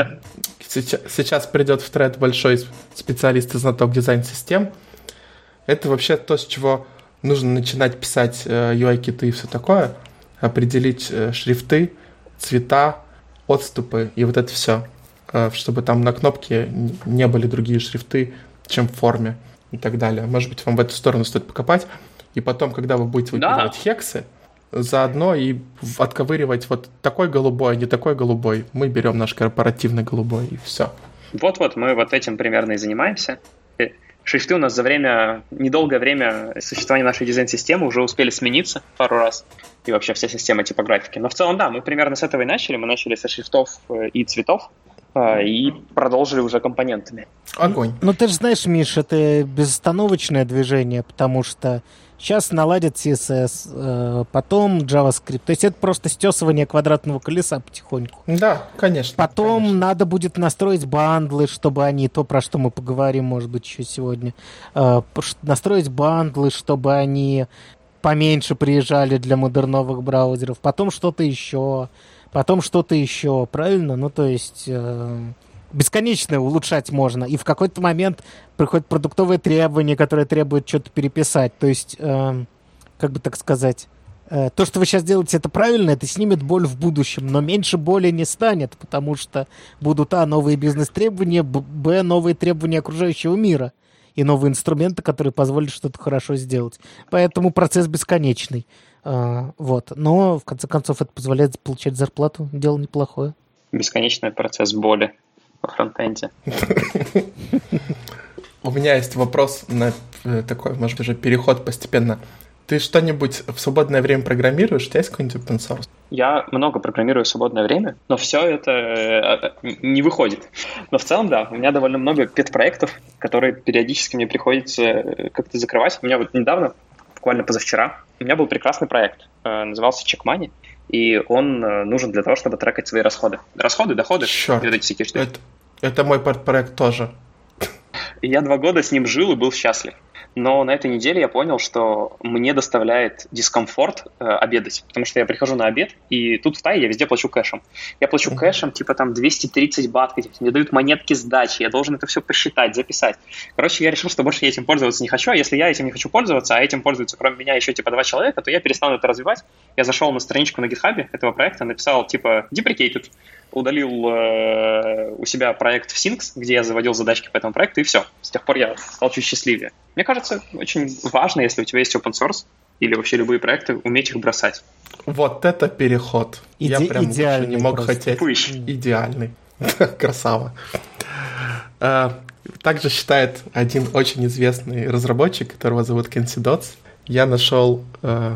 сейчас придет в тред большой специалист и знаток дизайн-систем. Это вообще то, с чего нужно начинать писать UI-киты и все такое. Определить шрифты, цвета, отступы и вот это все. Чтобы там на кнопке не были другие шрифты, чем в форме и так далее. Может быть, вам в эту сторону стоит покопать. И потом, когда вы будете выпиливать хексы, заодно и отковыривать вот такой голубой, не такой голубой. Мы берем наш корпоративный голубой и все. Вот-вот, мы вот этим примерно и занимаемся. Шрифты у нас за недолгое время существования нашей дизайн-системы уже успели смениться пару раз. И вообще вся система типографики. Но в целом, да, мы примерно с этого и начали. Мы начали со шрифтов и цветов. И продолжили уже компонентами. Огонь. Ну, ты же знаешь, Миш, это безостановочное движение, потому что сейчас наладят CSS, потом JavaScript. То есть это просто стесывание квадратного колеса потихоньку. Да, конечно. Потом надо будет настроить бандлы, чтобы они, то, про что мы поговорим, может быть, еще сегодня, настроить бандлы, чтобы они поменьше приезжали для модерновых браузеров. Потом что-то еще, правильно? Ну, то есть... бесконечно улучшать можно. И в какой-то момент приходит продуктовое требование, которое требует что-то переписать. То есть, как бы так сказать, то, что вы сейчас делаете, это правильно, это снимет боль в будущем, но меньше боли не станет, потому что будут, новые бизнес-требования, новые требования окружающего мира и новые инструменты, которые позволят что-то хорошо сделать. Поэтому процесс бесконечный. Вот. Но, в конце концов, это позволяет получать зарплату. Дело неплохое. Бесконечный процесс боли во фронтенде. У меня есть вопрос на такой, может быть, уже переход постепенно. Ты что-нибудь в свободное время программируешь? У тебя есть какой-нибудь open source? Я много программирую в свободное время, но все это не выходит. Но в целом, да, у меня довольно много пет-проектов, которые периодически мне приходится как-то закрывать. У меня вот недавно, буквально позавчера, у меня был прекрасный проект, назывался Checkmoney. и он нужен для того, чтобы трекать свои расходы. Расходы, доходы. Черт, эти всякие штуки. Это мой проект тоже. И я 2 года с ним жил и был счастлив. Но на этой неделе я понял, что мне доставляет дискомфорт обедать, потому что я прихожу на обед, и тут в Тае я везде плачу кэшем. Я плачу кэшем, типа там 230 бат, мне дают монетки сдачи, я должен это все посчитать, записать. Короче, я решил, что больше я этим пользоваться не хочу, а если я этим не хочу пользоваться, а этим пользуются кроме меня еще типа 2 человека, то я перестану это развивать. Я зашел на страничку на GitHub этого проекта, написал типа deprecated, удалил у себя проект в Sinks, где я заводил задачки по этому проекту, и все. С тех пор я стал чуть счастливее. Мне кажется, очень важно, если у тебя есть open source или вообще любые проекты, уметь их бросать. Вот это переход. Я прям лучше не мог хотеть. Идеальный. Красава. Также считает один очень известный разработчик, которого зовут Кенси Дотс. Я нашел,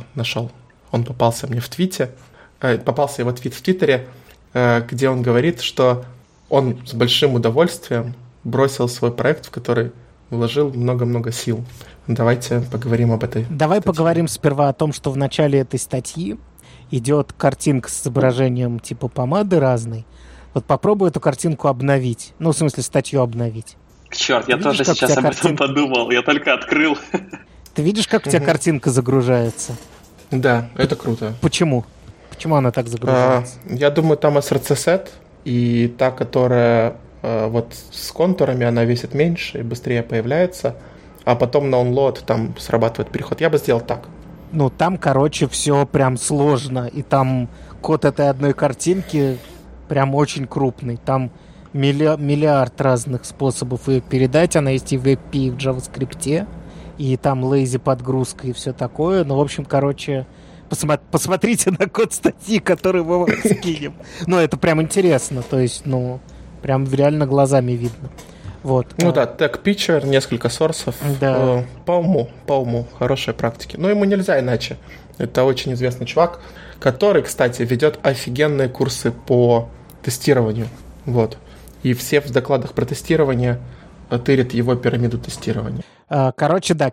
он попался мне в твите, попался его твит в Твиттере, где он говорит, что он с большим удовольствием бросил свой проект, в который вложил много-много сил. Давайте поговорим об этой Давай статье. Поговорим сперва о том, что в начале этой статьи идет картинка с изображением типа помады разной. Вот попробуй эту картинку обновить. Ну, в смысле, статью обновить. Черт, я тоже сейчас об этом подумал. Я только открыл. Ты видишь, как у тебя картинка загружается? Да, это круто. Почему? Почему она так загружается? Я думаю, там src-сет, и та, которая вот с контурами, она весит меньше и быстрее появляется, а потом на onload там срабатывает переход. Я бы сделал так. Ну, там, короче, все прям сложно, и там код этой одной картинки прям очень крупный. Там миллиард разных способов ее передать. Она есть и в API, и в JavaScript, и там lazy подгрузка и все такое. Ну, в общем, короче... Посмотрите на код статьи, который мы вам скинем. Ну, это прям интересно. То есть, ну, прям реально глазами видно. Вот. Ну да, тег питчер, несколько сорсов. Да. По уму. Хорошие практики. Но ему нельзя иначе. Это очень известный чувак, который, кстати, ведет офигенные курсы по тестированию. Вот. И все в докладах про тестирование тырят его пирамиду тестирования. Короче, да,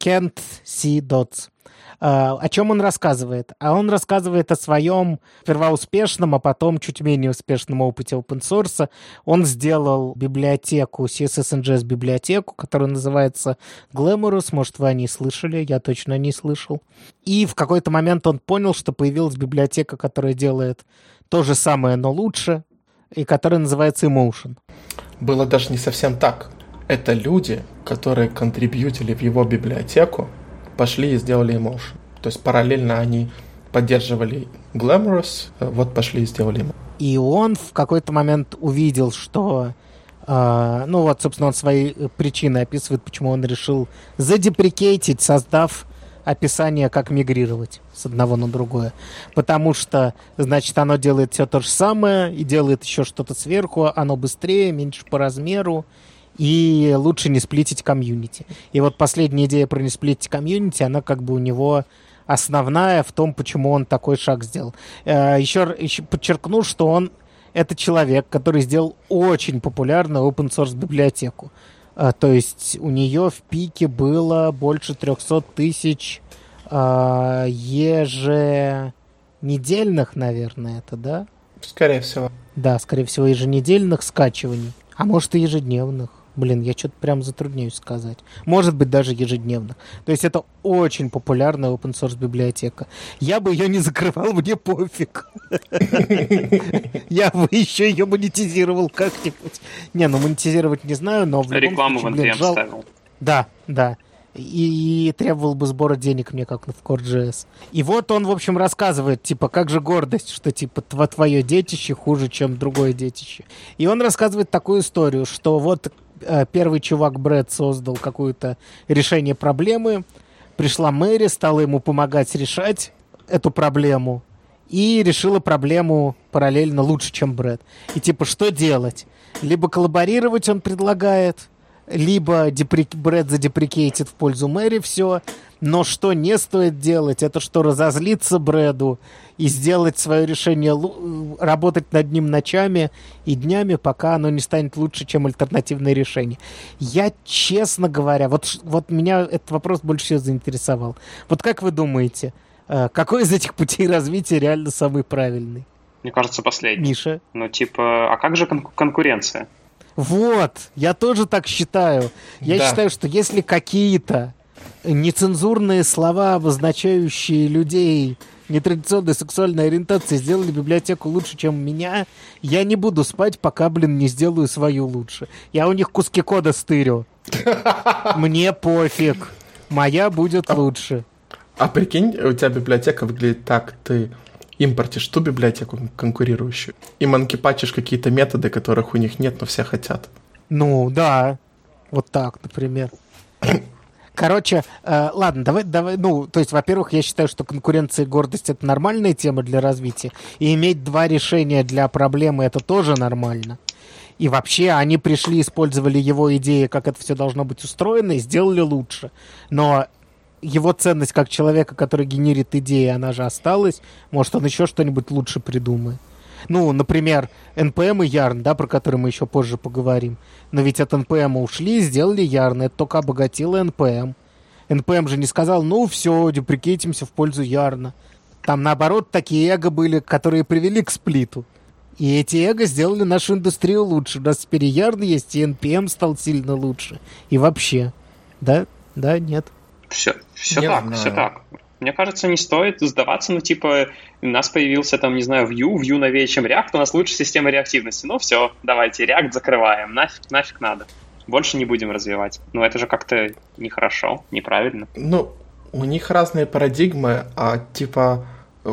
Кенси Дотс. О чем он рассказывает? А он рассказывает о своем сперва успешном, а потом чуть менее успешном опыте open source. Он сделал библиотеку, CSS and JS библиотеку, которая называется Glamorous. Может, вы о ней слышали, я точно не слышал. И в какой-то момент он понял, что появилась библиотека, которая делает то же самое, но лучше, и которая называется Emotion. Было даже не совсем так. Это люди, которые контрибьютили в его библиотеку, пошли и сделали Emotion. То есть параллельно они поддерживали Glamorous, вот пошли и сделали Emotion. И он в какой-то момент увидел, что... ну вот, собственно, он свои причины описывает, почему он решил задеприкейтить, создав описание, как мигрировать с одного на другое. Потому что, значит, оно делает все то же самое и делает еще что-то сверху, оно быстрее, меньше по размеру, и лучше не сплитить комьюнити. И вот последняя идея про не сплитить комьюнити, она как бы у него основная в том, почему он такой шаг сделал. Еще подчеркну, что он это человек, который сделал очень популярную open-source библиотеку. То есть у нее в пике было больше 300 тысяч еженедельных, наверное, это, да? Скорее всего. Да, скорее всего, еженедельных скачиваний. А может и ежедневных. Блин, я что-то прям затрудняюсь сказать. Может быть, даже ежедневно. То есть это очень популярная open-source библиотека. Я бы ее не закрывал, мне пофиг. Я бы еще ее монетизировал как-нибудь. Не, ну монетизировать не знаю, но... Рекламу в NPM ставил. Да. И требовал бы сбора денег мне, как в Core.js. И вот он, в общем, рассказывает, типа, как же гордость, что, типа, твое детище хуже, чем другое детище. И он рассказывает такую историю, что вот первый чувак Брэд создал какое-то решение проблемы, пришла Мэри, стала ему помогать решать эту проблему и решила проблему параллельно лучше, чем Брэд. И, типа, что делать? Либо коллаборировать он предлагает, либо Брэд задеприкейтит в пользу Мэри все, но что не стоит делать, это что разозлиться Брэду и сделать свое решение, работать над ним ночами и днями, пока оно не станет лучше, чем альтернативное решение. Я, честно говоря, вот меня этот вопрос больше всего заинтересовал. Вот как вы думаете, Какой из этих путей развития реально самый правильный? Мне кажется, последний. Миша? Ну, типа, а как же конкуренция? Вот, я тоже так считаю. Я считаю, что если какие-то нецензурные слова, обозначающие людей нетрадиционной сексуальной ориентации, сделали библиотеку лучше, чем меня, я не буду спать, пока, не сделаю свою лучше. Я у них куски кода стырю. Мне пофиг. Моя будет лучше. А прикинь, у тебя библиотека выглядит так, ты импортишь ту библиотеку конкурирующую и манкипачишь какие-то методы, которых у них нет, но все хотят. Ну, да. Вот так, например. Короче, ладно, давай, ну, то есть, во-первых, я считаю, что конкуренция и гордость — это нормальная тема для развития, и иметь два решения для проблемы — это тоже нормально. И вообще, они пришли, использовали его идеи, как это все должно быть устроено, и сделали лучше. Но его ценность как человека, который генерит идеи, она же осталась. Может, он еще что-нибудь лучше придумает. Ну, например, NPM и Yarn, да, про который мы еще позже поговорим. Но ведь от NPM ушли, сделали Yarn, это только обогатило NPM. NPM же не сказал, ну все, деприкейтимся в пользу Yarn. Там, наоборот, такие эго были, которые привели к сплиту. И эти эго сделали нашу индустрию лучше. У нас теперь и Yarn есть, и NPM стал сильно лучше. И вообще. Да? Да? Нет? Все так. Мне кажется, не стоит сдаваться, ну, типа, у нас появился там, не знаю, Vue новее, чем React, у нас лучше система реактивности. Ну, все, давайте, React закрываем, нафиг надо. Больше не будем развивать. Ну, это же как-то нехорошо, неправильно. Ну, у них разные парадигмы, а типа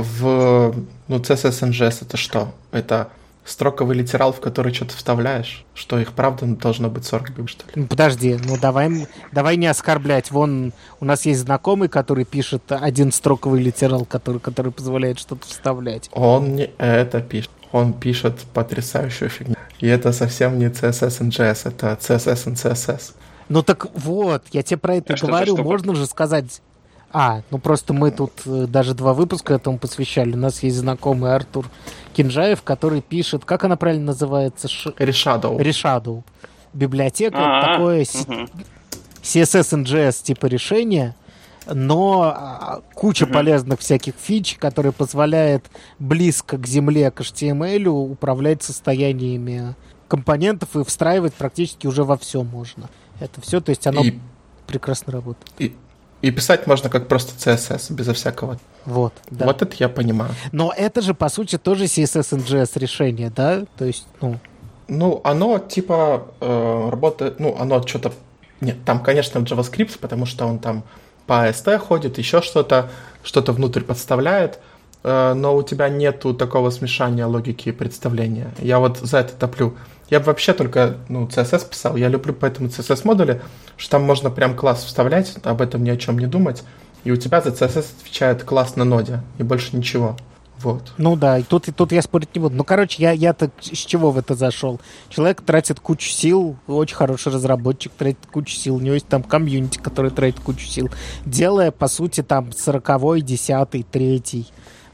CSS NGS это что? Это строковый литерал, в который что-то вставляешь? Что их правда должно быть 40 бит, что ли? Подожди, ну давай не оскорблять. Вон, у нас есть знакомый, который пишет один строковый литерал, который позволяет что-то вставлять. Он не это пишет. Он пишет потрясающую фигню. И это совсем не CSS NGS, это CSS and CSS. Ну так вот, я тебе про это говорю. Можно же сказать... ну просто мы тут даже 2 выпуска этому посвящали. У нас есть знакомый Артур Кинжаев, который пишет, как она правильно называется? Reshadow. Библиотека, такое CSS NGS типа решение, но куча полезных всяких фич, которые позволяют близко к земле, к HTML управлять состояниями компонентов и встраивать практически уже во все можно. Это все, то есть оно прекрасно работает. И писать можно как просто CSS, безо всякого. Вот, да. Вот это я понимаю. Но это же, по сути, тоже CSS NGS решение, да? То есть, Ну, оно типа работает, оно что-то... Нет, там, конечно, JavaScript, потому что он там по AST ходит, еще что-то внутрь подставляет, но у тебя нету такого смешания логики и представления. Я вот за это топлю. Я бы вообще только CSS писал. Я люблю поэтому CSS-модули, что там можно прям класс вставлять, об этом ни о чем не думать, и у тебя за CSS отвечает класс на ноде, и больше ничего. Вот. Ну да, и тут я спорить не буду. Ну, короче, я-то с чего в это зашел? Человек тратит кучу сил, очень хороший разработчик тратит кучу сил, у него есть там комьюнити, который тратит кучу сил, делая, по сути, там 40-й, 10-й, 3-й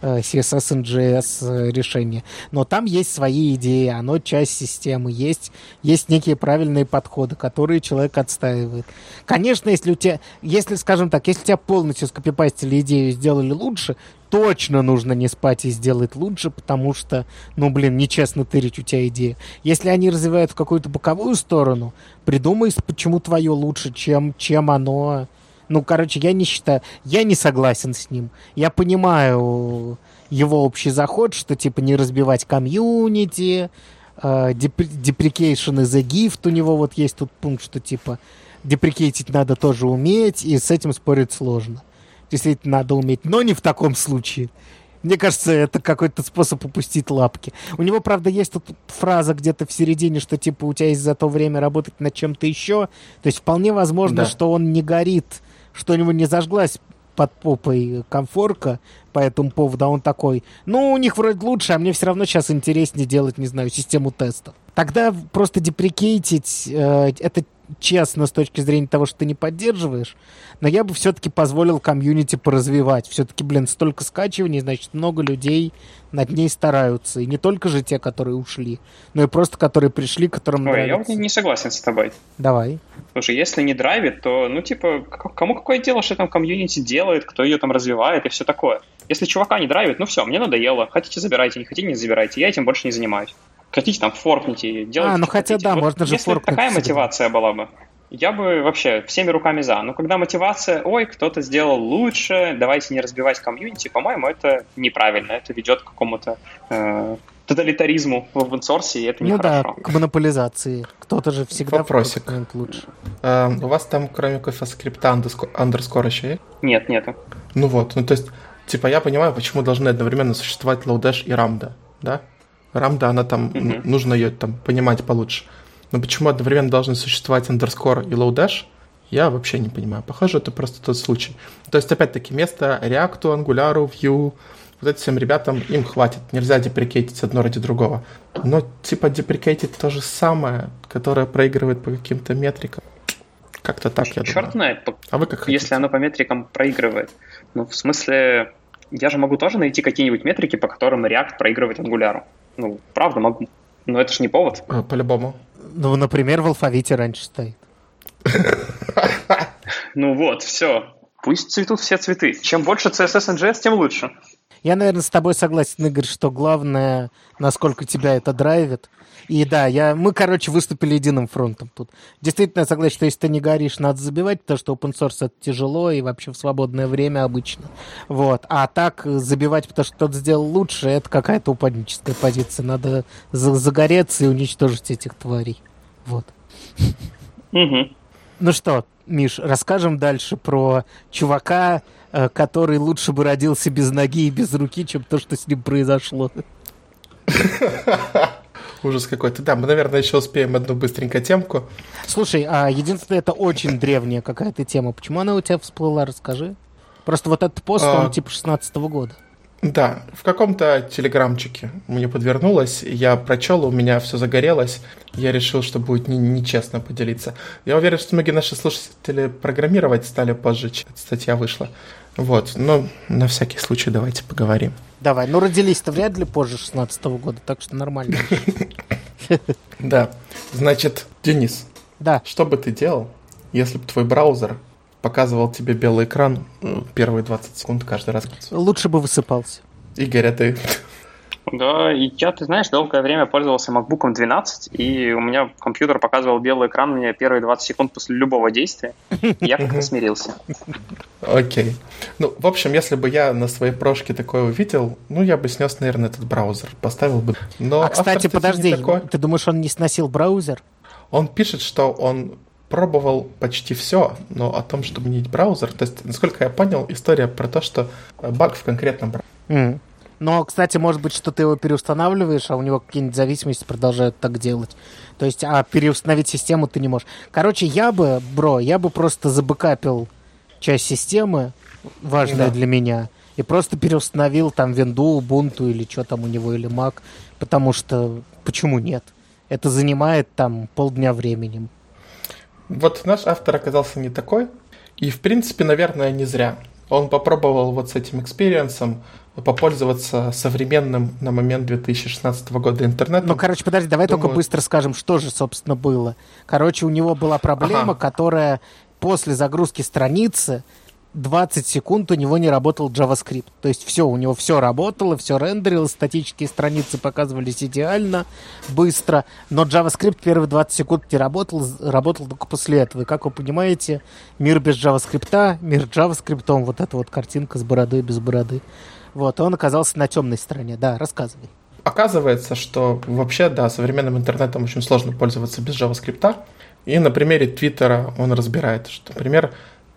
CSS NGS решение. Но там есть свои идеи, оно часть системы, есть некие правильные подходы, которые человек отстаивает. Конечно, если у тебя полностью скопипастили идею и сделали лучше, точно нужно не спать и сделать лучше, потому что, нечестно тырить у тебя идею. Если они развивают в какую-то боковую сторону, придумай, почему твое лучше, чем оно... я не считаю, я не согласен с ним. Я понимаю его общий заход, что, не разбивать комьюнити, deprecation is a gift, у него вот есть тут пункт, что, деприкейтить надо тоже уметь, и с этим спорить сложно. Действительно, надо уметь, но не в таком случае. Мне кажется, это какой-то способ упустить лапки. У него, правда, есть тут фраза где-то в середине, что, у тебя есть за то время работать над чем-то еще. То есть вполне возможно, что он не горит, что у него не зажглась под попой комфорка по этому поводу, а он такой, у них вроде лучше, а мне все равно сейчас интереснее делать, не знаю, систему тестов. Тогда просто деприкейтить, это честно с точки зрения того, что ты не поддерживаешь, но я бы все-таки позволил комьюнити поразвивать. Все-таки, столько скачиваний, значит, много людей над ней стараются. И не только же те, которые ушли, но и просто которые пришли, которым нравится. Я вот не согласен с тобой. Давай. Слушай, если не драйвит, то, кому какое дело, что там комьюнити делает, кто ее там развивает и все такое. Если чувака не драйвит, все, мне надоело. Хотите, забирайте, не хотите, не забирайте. Я этим больше не занимаюсь. Хотите, там, форкните, делайте, хотя хотите. можно же если форкнуть. Если такая мотивация была бы, я бы вообще всеми руками за. Но когда мотивация, кто-то сделал лучше, давайте не разбивать комьюнити, по-моему, это неправильно. Это ведет к какому-то тоталитаризму в open-source, и это нехорошо. К монополизации. Кто-то же всегда вопросик. Лучше. У вас там, кроме CoffeeScript, андерскор еще есть? Нет, нету. То есть, я понимаю, почему должны одновременно существовать Lodash и Ramda, да? Ramda, она там, нужно ее там понимать получше. Но почему одновременно должны существовать underscore и Lodash, я вообще не понимаю. Похоже, это просто тот случай. То есть, опять-таки, место React, Angular, Vue, вот этим всем ребятам им хватит. Нельзя деприкейтить одно ради другого. Но, деприкейтить то же самое, которое проигрывает по каким-то метрикам. Как-то так, я думаю. Черт знает, а вы как если оно по метрикам проигрывает. В смысле, я же могу тоже найти какие-нибудь метрики, по которым React проигрывает Angular. Правда могу. Но это ж не повод. По-любому. Например, в алфавите раньше стоит. Все. Пусть цветут все цветы. Чем больше CSS и JS, тем лучше. Я, наверное, с тобой согласен, Игорь, что главное, насколько тебя это драйвит. И да, мы, выступили единым фронтом тут. Действительно, я согласен, что если ты не горишь, надо забивать, потому что open source это тяжело и вообще в свободное время обычно. А так забивать, потому что кто-то сделал лучше, это какая-то упадническая позиция. Надо загореться и уничтожить этих тварей. Ну что, Миш, расскажем дальше про чувака, который лучше бы родился без ноги и без руки, чем то, что с ним произошло. Ужас какой-то. Да, мы, наверное, еще успеем одну быстренько темку. Слушай, единственное, это очень древняя какая-то тема. Почему она у тебя всплыла? Расскажи. Просто этот пост, он 16-го года. Да, в каком-то телеграмчике мне подвернулось, я прочел, у меня все загорелось, я решил, что будет нечестно поделиться. Я уверен, что многие наши слушатели программировать стали позже, чем эта статья вышла. Но на всякий случай давайте поговорим. Давай, родились-то вряд ли позже 16-го года, так что нормально. Да, значит, Денис, да. Что бы ты делал, если бы твой браузер показывал тебе белый экран первые 20 секунд каждый раз? Лучше бы высыпался. Игорь, а ты? Да, я, ты знаешь, долгое время пользовался MacBook 12, и у меня компьютер показывал белый экран мне первые 20 секунд после любого действия. Я как-то смирился. Окей. В общем, если бы я на своей прошке такое увидел, я бы снес, наверное, этот браузер. Поставил бы. Но кстати, подожди, ты думаешь, он не сносил браузер? Он пишет, что он пробовал почти все, но о том, чтобы менять браузер, то есть, насколько я понял, история про то, что баг в конкретном браузере. Но, кстати, может быть, что ты его переустанавливаешь, а у него какие-нибудь зависимости продолжают так делать. То есть, переустановить систему ты не можешь. Я бы просто забэкапил часть системы, важная для меня, и просто переустановил там винду, Ubuntu или что там у него, или Mac, потому что почему нет? Это занимает там полдня времени. Наш автор оказался не такой, и, в принципе, наверное, не зря. Он попробовал с этим экспириенсом попользоваться современным на момент 2016 года интернетом. Подожди, давай только быстро скажем, что же, собственно, было. У него была проблема, которая после загрузки страницы 20 секунд у него не работал JavaScript. То есть у него все работало, все рендерилось, статические страницы показывались идеально, быстро, но JavaScript первые 20 секунд не работал только после этого. И, как вы понимаете, мир без JavaScript, мир JavaScript, эта картинка с бородой без бороды. Он оказался на темной стороне. Да, рассказывай. Оказывается, что вообще, да, современным интернетом очень сложно пользоваться без JavaScript. И на примере Твиттера он разбирает, что, например,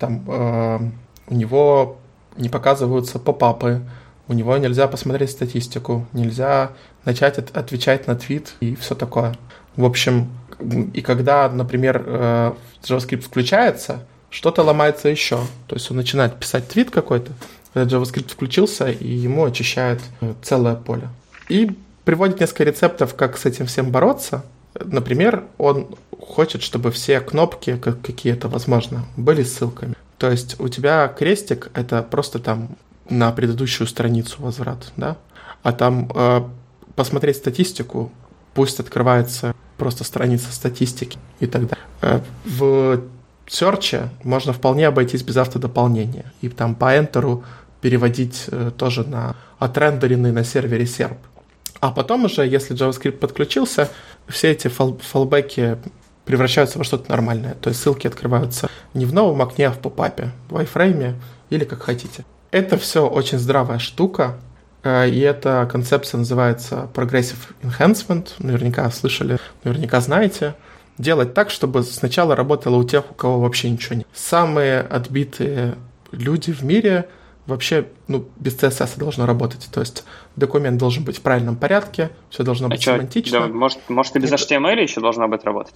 там у него не показываются попапы, у него нельзя посмотреть статистику, нельзя начать отвечать на твит и все такое. В общем, и когда, например, JavaScript включается, что-то ломается еще. То есть он начинает писать твит какой-то, когда JavaScript включился, и ему очищает целое поле. И приводит несколько рецептов, как с этим всем бороться. Например, он хочет, чтобы все кнопки, какие это возможно, были ссылками. То есть у тебя крестик — это просто там на предыдущую страницу возврат, да? А там посмотреть статистику, пусть открывается просто страница статистики и так далее. В Search можно вполне обойтись без автодополнения. И там по Enter переводить тоже на отрендеренный на сервере serp. А потом уже, если JavaScript подключился, все эти фаллбеки превращаются во что-то нормальное. То есть ссылки открываются не в новом окне, а в попапе, в iframe или как хотите. Это все очень здравая штука, и эта концепция называется Progressive Enhancement. Наверняка слышали, наверняка знаете. Делать так, чтобы сначала работало у тех, у кого вообще ничего нет. Самые отбитые люди в мире вообще без CSS должно работать. То есть документ должен быть в правильном порядке, все должно быть семантично. Да, может и без HTML еще должно быть работать?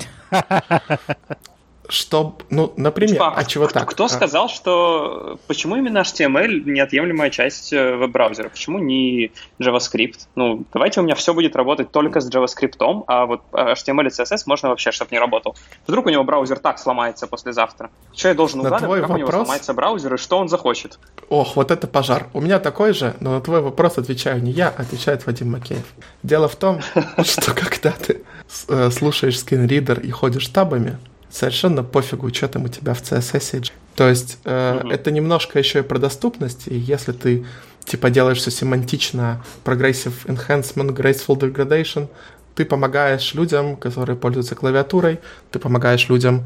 Чтоб, например, чего так? Кто сказал, что... Почему именно HTML неотъемлемая часть веб-браузера? Почему не JavaScript? Давайте у меня все будет работать только с JavaScript, а вот HTML и CSS можно вообще, чтобы не работал. Вдруг у него браузер так сломается послезавтра. Что я должен угадывать, как у него сломается браузер и что он захочет? Ох, вот это пожар. У меня такой же, но на твой вопрос отвечаю не я, отвечает Вадим Макеев. Дело в том, что когда ты слушаешь скринридер и ходишь табами, совершенно пофигу, что там у тебя в CSS. То есть это немножко еще и про доступность, и если ты делаешь все семантично, progressive enhancement, graceful degradation, ты помогаешь людям, которые пользуются клавиатурой, ты помогаешь людям,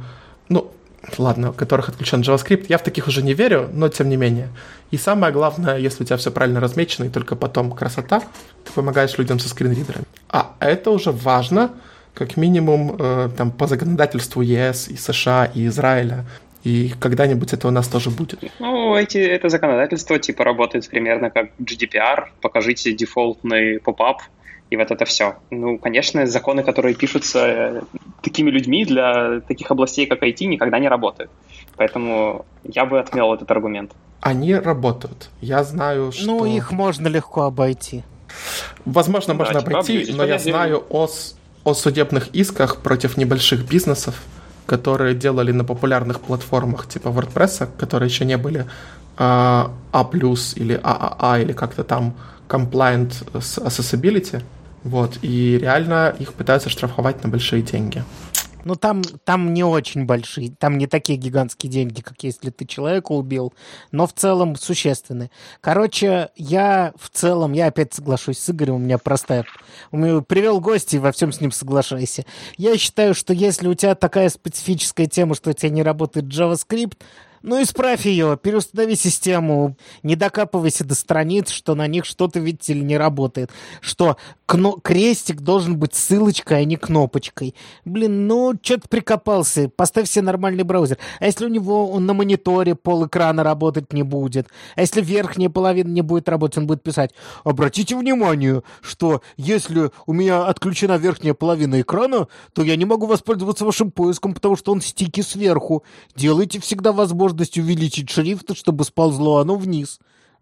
у которых отключен JavaScript. Я в таких уже не верю, но тем не менее. И самое главное, если у тебя все правильно размечено, и только потом красота, ты помогаешь людям со скринридерами. А это уже важно, как минимум по законодательству ЕС и США и Израиля, и когда-нибудь это у нас тоже будет. Это законодательство работает примерно как GDPR, покажите дефолтный поп-ап, и вот это все. Конечно, законы, которые пишутся такими людьми для таких областей, как IT, никогда не работают. Поэтому я бы отмел этот аргумент. Они работают. Я знаю, что... их можно легко обойти. Возможно, можно обойти, но я знаю о судебных исках против небольших бизнесов, которые делали на популярных платформах типа WordPress, которые еще не были A+, или AAA, или как-то там compliant с accessibility. Вот, и реально их пытаются штрафовать на большие деньги. Там не очень большие, там не такие гигантские деньги, как если ты человека убил, но в целом существенные. Короче, я опять соглашусь с Игорем, у меня привел гостя, и во всем с ним соглашайся. Я считаю, что если у тебя такая специфическая тема, что у тебя не работает JavaScript, исправь ее, переустанови систему, не докапывайся до страниц, что на них что-то, видите ли, не работает. Что крестик должен быть ссылочкой, а не кнопочкой. Что-то прикопался, поставь себе нормальный браузер. А если у него он на мониторе полэкрана работать не будет? А если верхняя половина не будет работать, он будет писать: обратите внимание, что если у меня отключена верхняя половина экрана, то я не могу воспользоваться вашим поиском, потому что он стики сверху. Делайте всегда возможность увеличить шрифт, чтобы сползло оно вниз.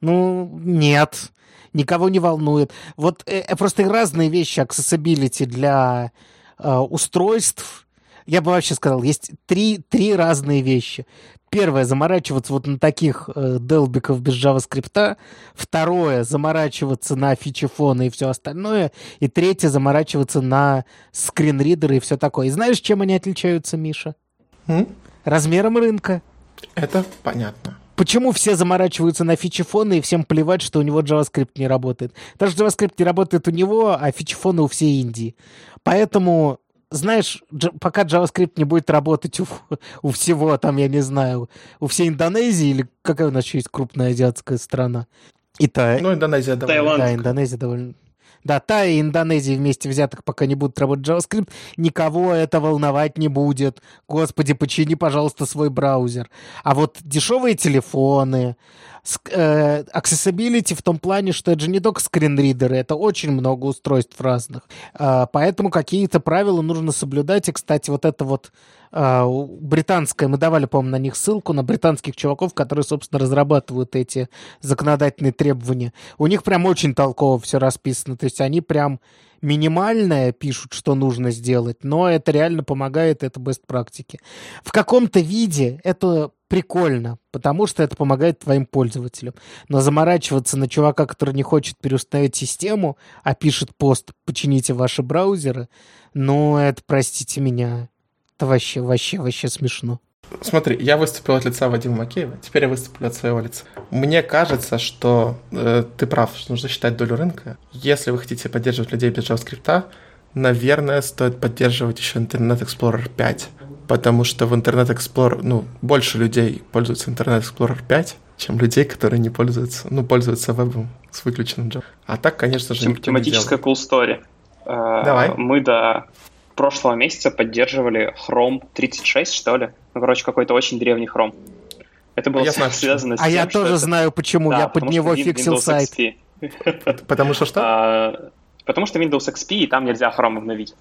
Нет. Никого не волнует. Вот просто разные вещи accessibility для устройств. Я бы вообще сказал, есть три разные вещи. Первое — заморачиваться вот на таких делбиков без JavaScript. Второе — заморачиваться на фичефоны и все остальное. И третье — заморачиваться на скринридеры и все такое. И знаешь, чем они отличаются, Миша? Размером рынка. Это понятно. Почему все заморачиваются на фичефоны и всем плевать, что у него JavaScript не работает? Потому что JavaScript не работает у него, а фичефоны у всей Индии. Поэтому, знаешь, пока JavaScript не будет работать у всего, там, я не знаю, у всей Индонезии, или какая у нас еще есть крупная азиатская страна? Индонезия довольно. Таиланд. Да, Индонезия довольно... Да, Тай и Индонезия вместе взятых пока не будут работать JavaScript, никого это волновать не будет. Господи, почини, пожалуйста, свой браузер. А вот дешевые телефоны, Accessibility в том плане, что это же не только скринридеры, это очень много устройств разных. Поэтому какие-то правила нужно соблюдать. И, кстати, вот это вот британское, мы давали, по-моему, на них ссылку, на британских чуваков, которые, собственно, разрабатывают эти законодательные требования. У них прям очень толково все расписано. То есть они прям минимальное пишут, что нужно сделать, но это реально помогает, это best практики. В каком-то виде это прикольно, потому что это помогает твоим пользователям. Но заморачиваться на чувака, который не хочет переустановить систему, а пишет пост «почините ваши браузеры», ну, это, простите меня, это вообще смешно. Смотри, я выступил от лица Вадима Макеева, теперь я выступлю от своего лица. Мне кажется, что ты прав, что нужно считать долю рынка. Если вы хотите поддерживать людей без JavaScript, наверное, стоит поддерживать еще Internet Explorer 5, потому что в Internet Explorer, больше людей пользуются Internet Explorer 5, чем людей, которые не пользуются, пользуются вебом с выключенным JavaScript. А так, конечно же, никто не делает. Тематическая cool story. Давай. Мы до прошлого месяца поддерживали Chrome 36, что ли. Какой-то очень древний Chrome. Это было связано с тем, я тоже знаю, почему. Да, я под него фиксил сайт. Потому что? Потому что Windows XP, и там нельзя Chrome обновить.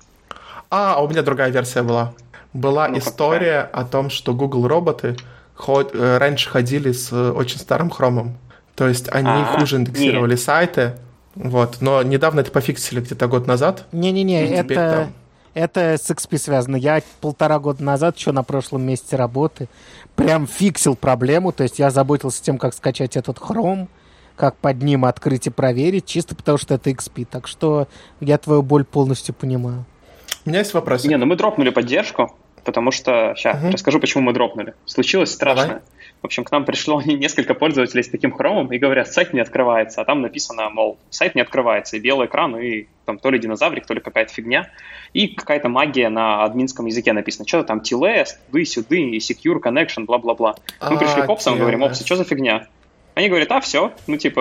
У меня другая версия была. Была история о том, что Google роботы раньше ходили с очень старым Chrome. То есть они хуже индексировали сайты. Вот. Но недавно это пофиксили где-то год назад. Не-не-не, это с XP связано. Я 1,5 года назад, еще на прошлом месте работы, прям фиксил проблему. То есть я заботился тем, как скачать этот Chrome, как под ним открыть и проверить, чисто потому что это XP. Так что я твою боль полностью понимаю. У меня есть вопрос. Мы дропнули поддержку, потому что... Сейчас расскажу, почему мы дропнули. Случилось страшное. Давай. В общем, к нам пришло несколько пользователей с таким хромом и говорят, сайт не открывается. А там написано, мол, сайт не открывается. И белый экран, и там то ли динозаврик, то ли какая-то фигня. И какая-то магия на админском языке написана. Что-то там TLS, туды-сюды, secure connection, бла-бла-бла. Мы пришли к опсам, говорим, опсы, что за фигня? Они говорят, все,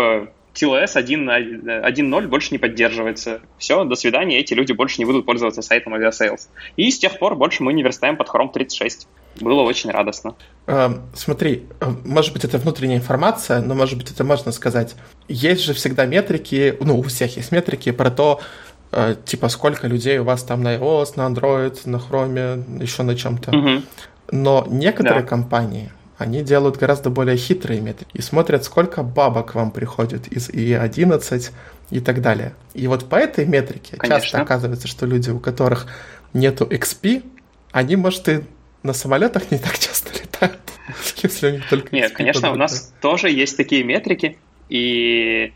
TLS 1.0 больше не поддерживается. Все, до свидания, эти люди больше не будут пользоваться сайтом Aviasales. И с тех пор больше мы не верстаем под Chrome 36. Было очень радостно. Смотри, может быть, это внутренняя информация, но, может быть, это можно сказать. Есть же всегда метрики, у всех есть метрики про то, сколько людей у вас там на iOS, на Android, на Chrome, еще на чем-то. Угу. Но некоторые компании... Они делают гораздо более хитрые метрики и смотрят, сколько бабок вам приходит из IE11 и так далее. И вот по этой метрике часто оказывается, что люди, у которых нету XP, они, может, и на самолетах не так часто летают, если у них только XP. Нет, конечно, у нас тоже есть такие метрики, и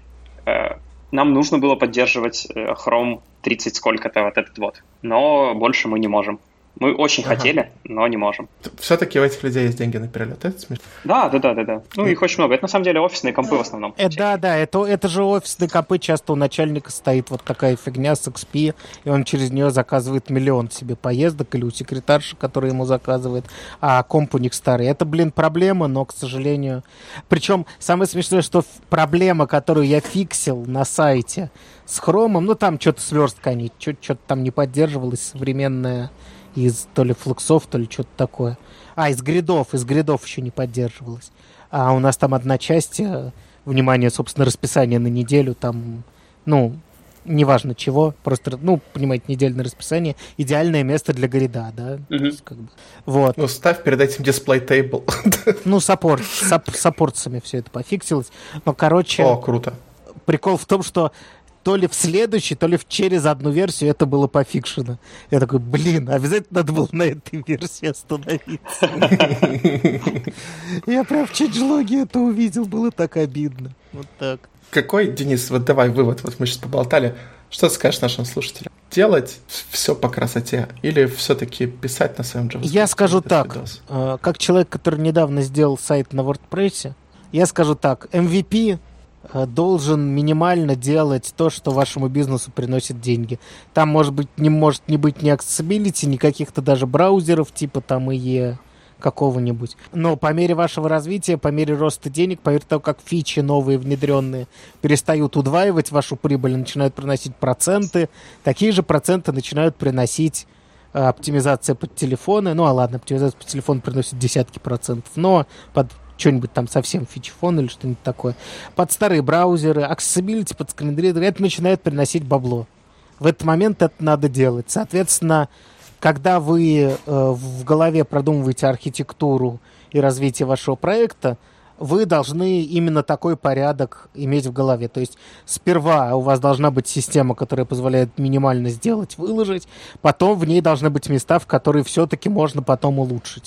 нам нужно было поддерживать Chrome 30 сколько-то, вот этот вот. Но больше мы не можем. Мы очень хотели, но не можем. Все-таки у этих людей есть деньги на перелет, это смешно? Да. Их очень много. Это на самом деле офисные компы в основном. Это же офисные компы. Часто у начальника стоит вот такая фигня с XP, и он через нее заказывает миллион себе поездок, или у секретарши, которая ему заказывает, а комп у них старый. Это, проблема, но, к сожалению... Причем самое смешное, что проблема, которую я фиксил на сайте с Хромом, там что-то сверстка, что-то там не поддерживалось современное, из то ли флуксов, то ли что-то такое. Из гридов еще не поддерживалось. А у нас там одна часть, внимание, собственно, расписание на неделю, там, неважно чего, просто, понимаете, недельное расписание, идеальное место для грида, да? Угу. Есть, вот. Ставь перед этим display table. С аппортсами все это пофиксилось. Но, круто. Прикол в том, что то ли в следующей, то ли через одну версию это было пофикшено. Я такой, обязательно надо было на этой версии остановиться. Я прям в чейндж-логе это увидел, было так обидно. Вот так. Какой, Денис, давай вывод, мы сейчас поболтали. Что ты скажешь нашим слушателям? Делать все по красоте или все-таки писать на своем JavaScript? Я скажу так, как человек, который недавно сделал сайт на WordPress, я скажу так, MVP должен минимально делать то, что вашему бизнесу приносит деньги. Там может не быть ни accessibility, ни каких-то даже браузеров типа там IE какого-нибудь. Но по мере вашего развития, по мере роста денег, по мере того, как фичи новые внедренные перестают удваивать вашу прибыль, начинают приносить проценты, такие же проценты начинают приносить оптимизация под телефоны. Оптимизация под телефон приносит десятки процентов, но под что-нибудь там совсем фичефон или что-нибудь такое, под старые браузеры, accessibility, под скринридеры, это начинает приносить бабло. В этот момент это надо делать. Соответственно, когда вы в голове продумываете архитектуру и развитие вашего проекта, вы должны именно такой порядок иметь в голове. То есть сперва у вас должна быть система, которая позволяет минимально сделать, выложить, потом в ней должны быть места, в которые все-таки можно потом улучшить.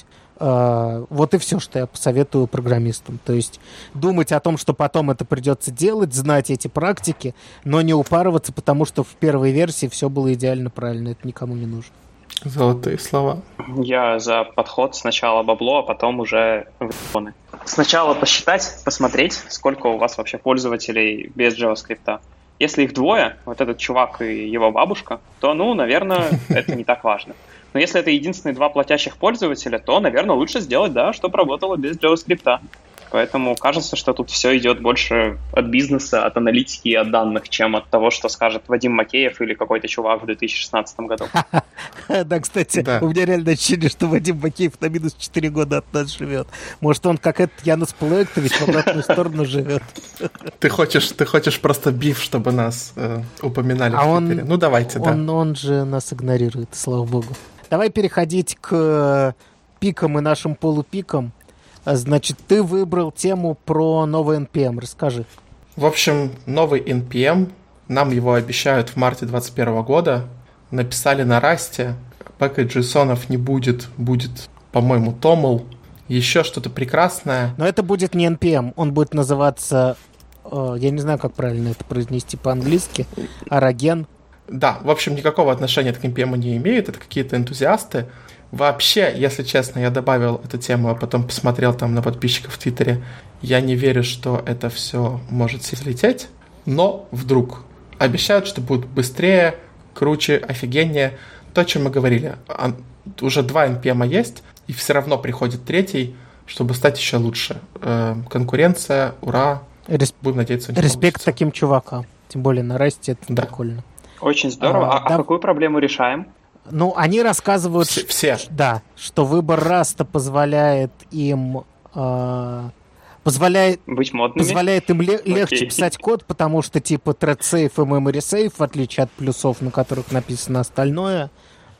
Вот и все, что я посоветую программистам. То есть думать о том, что потом это придется делать, знать эти практики, но не упарываться, потому что в первой версии все было идеально правильно. Это никому не нужно. Золотые слова. Я за подход сначала бабло, а потом уже выполны. Сначала посчитать, посмотреть, сколько у вас вообще пользователей без JavaScript. Если их двое, вот этот чувак и его бабушка, то, наверное, это не так важно. Но если это единственные два платящих пользователя, то, наверное, лучше сделать, да, чтобы работало без JavaScript. Поэтому кажется, что тут все идет больше от бизнеса, от аналитики и от данных, чем от того, что скажет Вадим Макеев или какой-то чувак в 2016 году. Да, кстати, у меня реально ощущение, что Вадим Макеев на минус 4 года от нас живет. Может, он, как этот Янус Полуэктович, в обратную сторону живет. Ты хочешь просто биф, чтобы нас упоминали в Твиттере. Ну, давайте, да. Он же нас игнорирует, слава богу. Давай переходить к пикам и нашим полупикам. Значит, ты выбрал тему про новый NPM. Расскажи. В общем, новый NPM. Нам его обещают в марте 2021 года. Написали на Rust. Package.json не будет. Будет, по-моему, Toml. Еще что-то прекрасное. Но это будет не NPM. Он будет называться... я не знаю, как правильно это произнести по-английски. Араген. Да, в общем, никакого отношения к NPM не имеет. Это какие-то энтузиасты. Вообще, если честно, я добавил эту тему, а потом посмотрел там на подписчиков в Твиттере. Я не верю, что это все может слететь. Но вдруг обещают, что будет быстрее, круче, офигеннее. То, о чем мы говорили. Уже 2 NPM есть, и все равно приходит 3, чтобы стать еще лучше. Конкуренция, ура. Будем надеяться, не респект получится. Таким чувакам. Тем более на Расте это прикольно. Очень здорово. А какую проблему решаем? Ну, они рассказывают, все. Да, что выбор Раста позволяет им быть модными. Позволяет им легче писать код, потому что типа thread safe и memory safe, в отличие от плюсов, на которых написано остальное,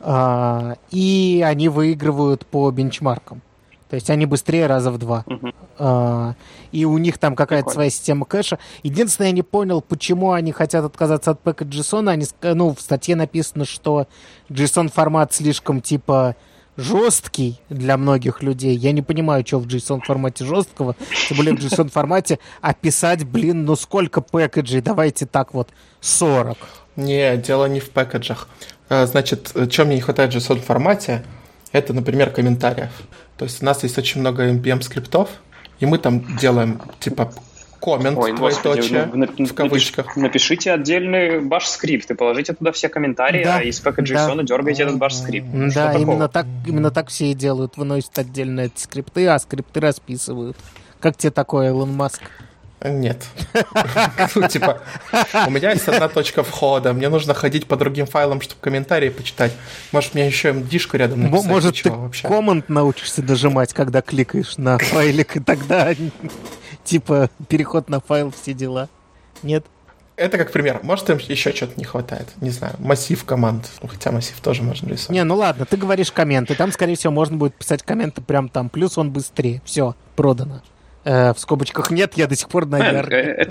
и они выигрывают по бенчмаркам. То есть они быстрее раза в 2. И у них там какая-то своя система кэша. Единственное, я не понял, почему они хотят отказаться от Package.json. В статье написано, что JSON-формат слишком, типа, жесткий для многих людей. Я не понимаю, что в JSON-формате жесткого. Тем более в JSON-формате описать, сколько пэкэджей? Давайте так вот, 40. Не, дело не в пэкэджах. Значит, что мне не хватает в JSON-формате, это, например, комментариев. То есть у нас есть очень много NPM-скриптов, и мы там делаем, типа, коммент, двоеточие, в кавычках. Напишите отдельный баш-скрипт и положите туда все комментарии, а из Package.json дергайте этот баш-скрипт. Да, именно так все и делают. Выносят отдельно эти скрипты, а скрипты расписывают. Как тебе такое, Илон Маск? Нет. Типа, у меня есть одна точка входа, мне нужно ходить по другим файлам, чтобы комментарии почитать. Может, мне еще MD-шку рядом написать? Может, ты коммент научишься нажимать, когда кликаешь на файлик, и тогда, типа, переход на файл, все дела. Нет? Это как пример. Может, им еще что-то не хватает. Не знаю, массив команд. Хотя массив тоже можно рисовать. Не, ладно, ты говоришь комменты. Там, скорее всего, можно будет писать комменты прям там. Плюс он быстрее. Все, продано. В скобочках нет, я до сих пор на Yarn.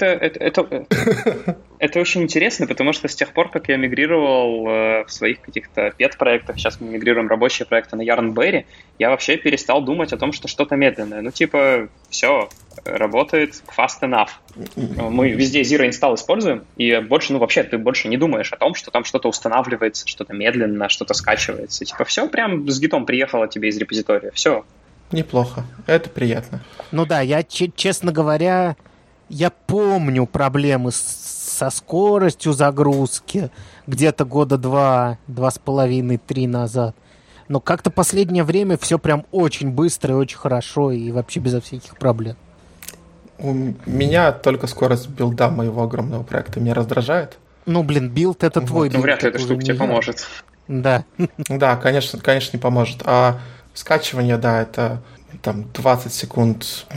Это очень интересно, потому что с тех пор, как я мигрировал в своих каких-то пет-проектах, сейчас мы мигрируем рабочие проекты на Yarnberry, я вообще перестал думать о том, что что-то медленное. Все, работает fast enough. Мы везде Zero Install используем, и больше, вообще ты больше не думаешь о том, что там что-то устанавливается, что-то медленно, что-то скачивается. Все прям с гитом приехало тебе из репозитория. Все. Неплохо. Это приятно. Я, честно говоря, я помню проблемы со скоростью загрузки где-то года 2,5-3 назад. Но как-то последнее время все прям очень быстро и очень хорошо, и вообще безо всяких проблем. У меня только скорость билда моего огромного проекта меня раздражает. Билд — это твой билд. Вряд ли эта штука тебе поможет. Да. Да, конечно, не поможет. А скачивание, да, это там 20 секунд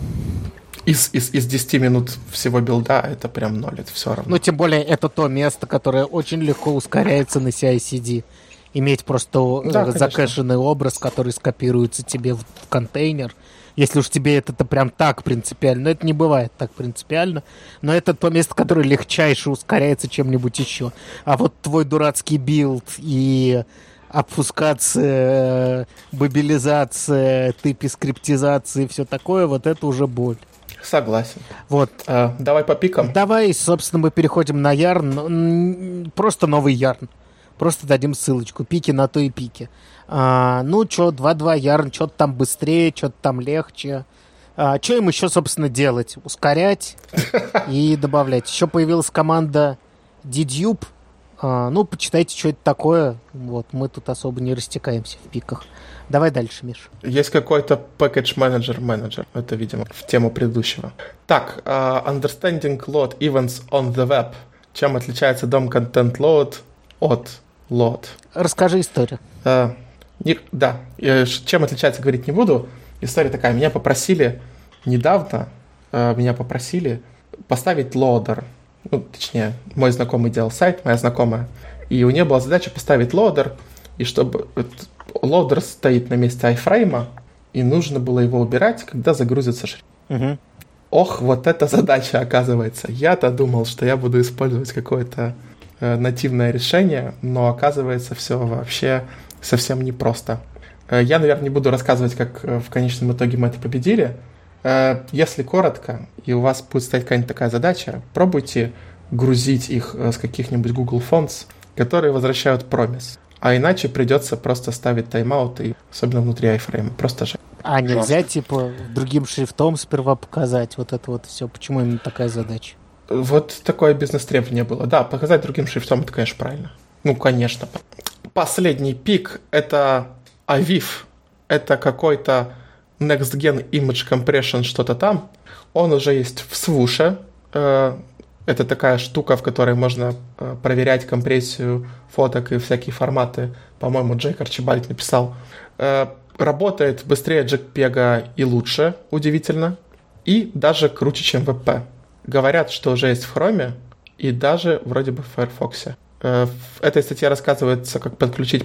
из 10 минут всего билда, это прям ноль, это все равно. Ну, тем более, это то место, которое очень легко ускоряется на CI/CD. Иметь просто закэшенный образ, который скопируется тебе в контейнер. Если уж тебе это прям так принципиально. Но это не бывает так принципиально. Но это то место, которое легчайше ускоряется чем-нибудь еще. А вот твой дурацкий билд и обфускация, бабилизация, типискриптизация и все такое, вот это уже боль. Согласен. Вот. Давай по пикам. Давай, собственно, мы переходим на Yarn. Просто новый Yarn. Просто дадим ссылочку. Пики на то и пики. Ну, что, 2.2 Yarn, что-то там быстрее, что-то там легче. Что им еще, собственно, делать? Ускорять и добавлять. Еще появилась команда Dedupe. Ну, почитайте, что это такое. Вот, мы тут особо не растекаемся в пиках. Давай дальше, Миш. Есть какой-то package manager. Это, видимо, в тему предыдущего. Так, understanding load events on the web. Чем отличается DOM content load от load? Расскажи историю. Да, чем отличается, говорить не буду. История такая. Меня попросили недавно, поставить лоудер. Ну, точнее, мой знакомый делал сайт, моя знакомая. И у нее была задача поставить лоудер, и чтобы лоудер стоит на месте айфрейма, и нужно было его убирать, когда загрузится шрифт. Угу. Ох, вот эта задача, оказывается. Я-то думал, что я буду использовать какое-то нативное решение, но оказывается все вообще совсем непросто. Я, наверное, не буду рассказывать, как в конечном итоге мы это победили. Если коротко, и у вас будет стоять какая-нибудь такая задача, пробуйте грузить их с каких-нибудь Google Fonts, которые возвращают промис. А иначе придется просто ставить тайм-ауты, особенно внутри айфрейма. Просто же. А нельзя, типа, другим шрифтом сперва показать вот это вот все? Почему именно такая задача? Вот такое бизнес-требование было. Да, показать другим шрифтом, это, конечно, правильно. Ну, конечно. Последний пик — это Aviv. Это какой-то Next Gen Image Compression, что-то там. Он уже есть в Swoosh. Это такая штука, в которой можно проверять компрессию фоток и всякие форматы. По-моему, Джейк Арчибальд написал. Работает быстрее JPEG и лучше, удивительно. И даже круче, чем WebP. Говорят, что уже есть в Chrome и даже вроде бы в Firefox. В этой статье рассказывается, как подключить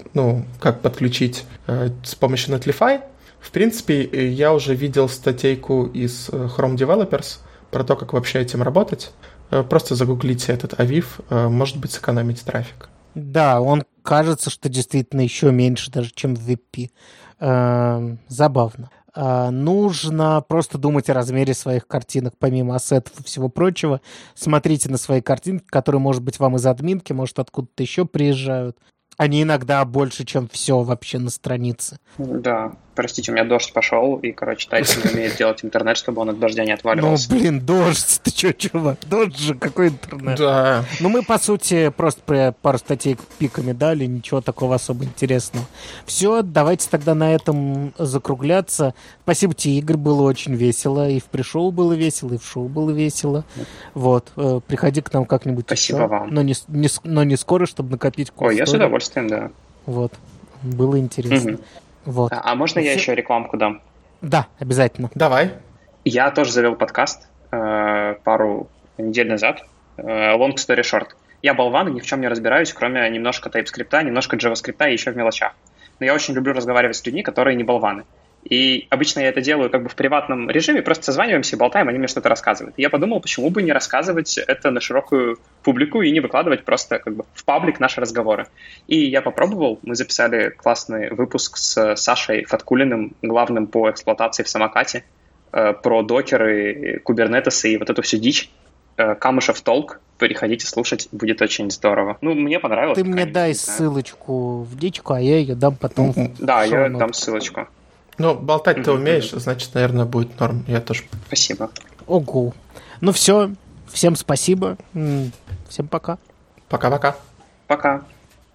с помощью Netlify. В принципе, я уже видел статейку из Chrome Developers про то, как вообще этим работать. Просто загуглите этот Aviv, может быть, сэкономите трафик. Да, он кажется, что действительно еще меньше даже, чем в WebP. Забавно. Нужно просто думать о размере своих картинок, помимо ассетов и всего прочего. Смотрите на свои картинки, которые, может быть, вам из админки, может, откуда-то еще приезжают. Они иногда больше, чем все вообще на странице. Да, простите, у меня дождь пошел, и, Тайсон не умеет делать интернет, чтобы он от дождя не отваливался. Ну, блин, дождь, ты че, чувак? Дождь же, какой интернет? Да. Ну, мы, по сути, просто пару статей пиками дали, ничего такого особо интересного. Все, давайте тогда на этом закругляться. Спасибо тебе, Игорь, было очень весело. И в пришоу было весело, и в шоу было весело. Вот, приходи к нам как-нибудь. Спасибо еще. вам. Но не скоро, чтобы накопить курс. Ой, я с удовольствием, да. Вот, было интересно. Угу. Вот. А можно я еще рекламку дам? Да, обязательно. Давай. Я тоже завел подкаст пару недель назад. Long story short. Я болван и ни в чем не разбираюсь, кроме немножко TypeScript, немножко JavaScript и еще в мелочах. Но я очень люблю разговаривать с людьми, которые не болваны. И обычно я это делаю как бы в приватном режиме, просто созваниваемся, болтаем, они мне что-то рассказывают. И я подумал, почему бы не рассказывать это на широкую публику и не выкладывать просто как бы в паблик наши разговоры. И я попробовал, мы записали классный выпуск с Сашей Фаткулиным, главным по эксплуатации в самокате, про докеры, кубернетесы и вот эту всю дичь. Камышев толк, переходите слушать, будет очень здорово. Ну, мне понравилось. Ты мне дай ссылочку в дичку, а я ее дам потом. Да, я дам ссылочку. Ну, болтать ты умеешь, значит, наверное, будет норм. Я тоже. Спасибо. Ого. Ну все, всем спасибо. Всем пока. Пока-пока. Пока.